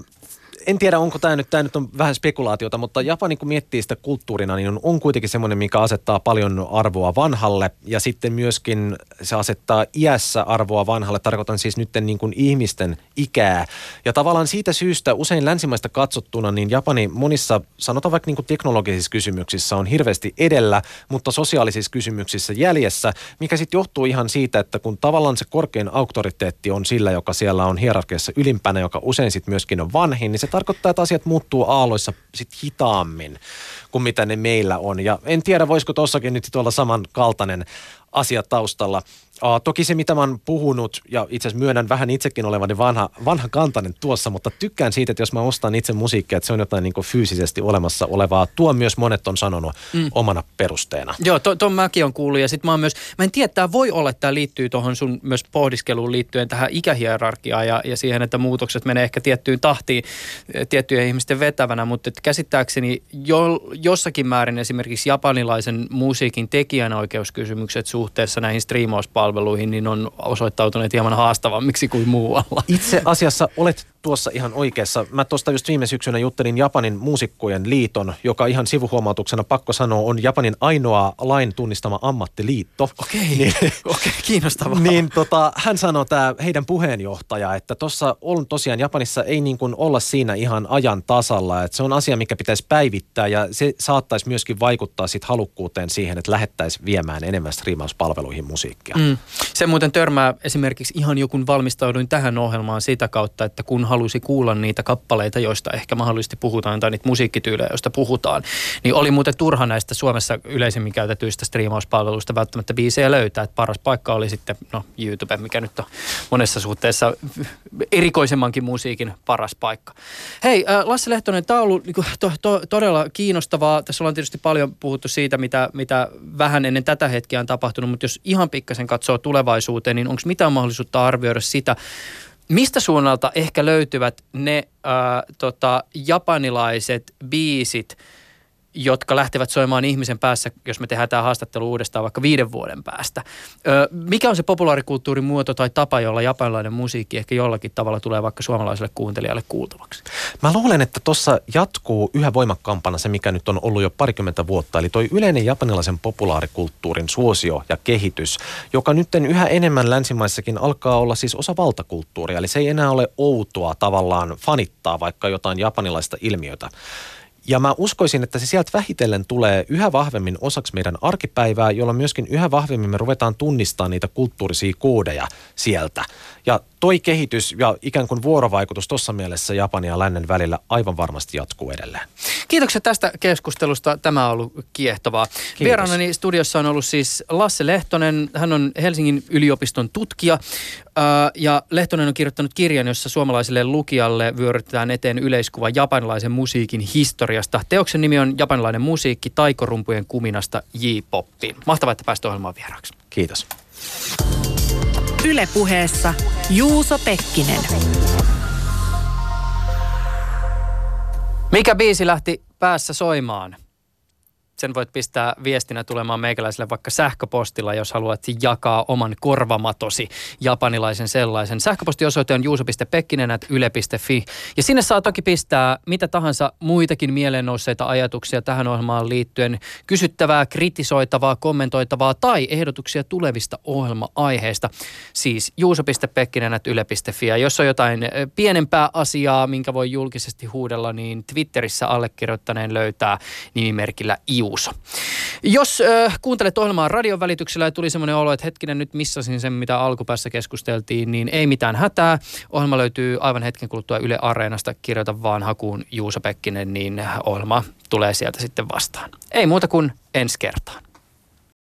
D: en tiedä, onko tämä nyt on vähän spekulaatiota, mutta Japani kun miettii sitä kulttuurina, niin on kuitenkin semmoinen, mikä asettaa paljon arvoa vanhalle ja sitten myöskin se asettaa iässä arvoa vanhalle. Tarkoitan siis nyt niin kuin ihmisten ikää. Ja tavallaan siitä syystä usein länsimaista katsottuna, niin Japani monissa, sanotaan vaikka niin kuin teknologisissa kysymyksissä on hirveästi edellä, mutta sosiaalisissa kysymyksissä jäljessä, mikä sitten johtuu ihan siitä, että kun tavallaan se korkein auktoriteetti on sillä, joka siellä on hierarkiassa ylimpänä, joka usein sitten myöskin on vanhin, niin se tarkoittaa, että asiat muuttuu aalloissa sit hitaammin kuin mitä ne meillä on. Ja en tiedä, voisiko tuossakin nyt olla samankaltainen asia taustalla. Toki se, mitä mä oon puhunut, ja itse asiassa myönnän vähän itsekin olevani vanha kantainen tuossa, mutta tykkään siitä, että jos mä ostan itse musiikkia, että se on jotain niin kuin fyysisesti olemassa olevaa. Tuo myös monet on sanonut omana perusteena.
C: Joo, ton mäkin on kuullut, ja sit mä en tiedä, että tämä voi olla, että tämä liittyy tuohon sun myös pohdiskeluun liittyen tähän ikähierarkiaan ja siihen, että muutokset menee ehkä tiettyyn tahtiin tiettyjen ihmisten vetävänä, mutta käsittääkseni jossakin määrin esimerkiksi japanilaisen musiikin tekijänoikeuskysymykset suhteessa näihin striimauspalveluihin, niin on osoittautuneet hieman haastavammiksi kuin muualla.
D: Itse asiassa olet tuossa ihan oikeassa. Mä tuosta just viime syksynä juttelin Japanin muusikkojen liiton, joka ihan sivuhuomautuksena pakko sanoa on Japanin ainoa lain tunnistama ammattiliitto.
C: Okei, kiinnostavaa.
D: Niin hän sanoi, tämä heidän puheenjohtaja, että tuossa on tosiaan Japanissa ei niin kuin olla siinä ihan ajan tasalla, että se on asia, mikä pitäisi päivittää ja se saattaisi myöskin vaikuttaa sit halukkuuteen siihen, että lähettäisiin viemään enemmän striimauspalveluihin musiikkia.
C: Se muuten törmää esimerkiksi ihan kun valmistauduin tähän ohjelmaan sitä kautta, että kun halusi kuulla niitä kappaleita, joista ehkä mahdollisesti puhutaan, tai niitä musiikkityylejä, joista puhutaan, niin oli muuten turha näistä Suomessa yleisemmin käytetyistä striimauspalveluista välttämättä biisejä löytää. Että paras paikka oli sitten YouTube, mikä nyt on monessa suhteessa erikoisemmankin musiikin paras paikka. Hei, Lasse Lehtonen, tämä on ollut todella kiinnostavaa. Tässä ollaan tietysti paljon puhuttu siitä, mitä vähän ennen tätä hetkeä on tapahtunut, mutta jos ihan pikkasen katsoo tulevaisuuteen, niin onko mitään mahdollisuutta arvioida sitä, mistä suunnalta ehkä löytyvät ne japanilaiset biisit, jotka lähtevät soimaan ihmisen päässä, jos me tehdään tämä haastattelu uudestaan vaikka 5 vuoden päästä. Mikä on se populaarikulttuurin muoto tai tapa, jolla japanilainen musiikki ehkä jollakin tavalla tulee vaikka suomalaiselle kuuntelijalle kuultavaksi?
D: Mä luulen, että tuossa jatkuu yhä voimakkaampana se, mikä nyt on ollut jo parikymmentä vuotta, eli toi yleinen japanilaisen populaarikulttuurin suosio ja kehitys, joka nyt yhä enemmän länsimaissakin alkaa olla siis osa valtakulttuuria, eli se ei enää ole outoa tavallaan fanittaa vaikka jotain japanilaista ilmiötä. Ja mä uskoisin, että se sieltä vähitellen tulee yhä vahvemmin osaksi meidän arkipäivää, jolla myöskin yhä vahvemmin me ruvetaan tunnistamaan niitä kulttuurisia koodeja sieltä. Ja toi kehitys ja ikään kuin vuorovaikutus tuossa mielessä Japanin ja lännen välillä aivan varmasti jatkuu edelleen.
C: Kiitokset tästä keskustelusta. Tämä on ollut kiehtovaa. Vieraanani studiossa on ollut siis Lasse Lehtonen. Hän on Helsingin yliopiston tutkija ja Lehtonen on kirjoittanut kirjan, jossa suomalaiselle lukijalle vyörytetään eteen yleiskuva japanilaisen musiikin historiasta. Teoksen nimi on Japanilainen musiikki taikorumpujen kuminasta J-poppiin. Mahtavaa, että pääsit ohjelmaan vieraaksi.
D: Kiitos.
A: Yle Puheessa Juuso Pekkinen.
C: Mikä biisi lähti päässä soimaan? Sen voit pistää viestinä tulemaan meikäläiselle vaikka sähköpostilla, jos haluat jakaa oman korvamatosi, japanilaisen sellaisen. Sähköpostiosoite on juuso.pekkinen@yle.fi. Ja sinne saa toki pistää mitä tahansa muitakin mieleen nousseita ajatuksia tähän ohjelmaan liittyen. Kysyttävää, kritisoitavaa, kommentoitavaa tai ehdotuksia tulevista ohjelma-aiheista. Siis juuso.pekkinen@yle.fi. Ja jos on jotain pienempää asiaa, minkä voi julkisesti huudella, niin Twitterissä allekirjoittaneen löytää nimimerkillä Juuso. Jos kuuntelet ohjelmaa radion välityksellä ja tuli semmoinen olo, että hetkinen nyt missasin sen, mitä alkupäässä keskusteltiin, niin ei mitään hätää. Ohjelma löytyy aivan hetken kuluttua Yle Areenasta. Kirjoita vaan hakuun Juuso Pekkinen, niin ohjelma tulee sieltä sitten vastaan. Ei muuta kuin ensi kertaan.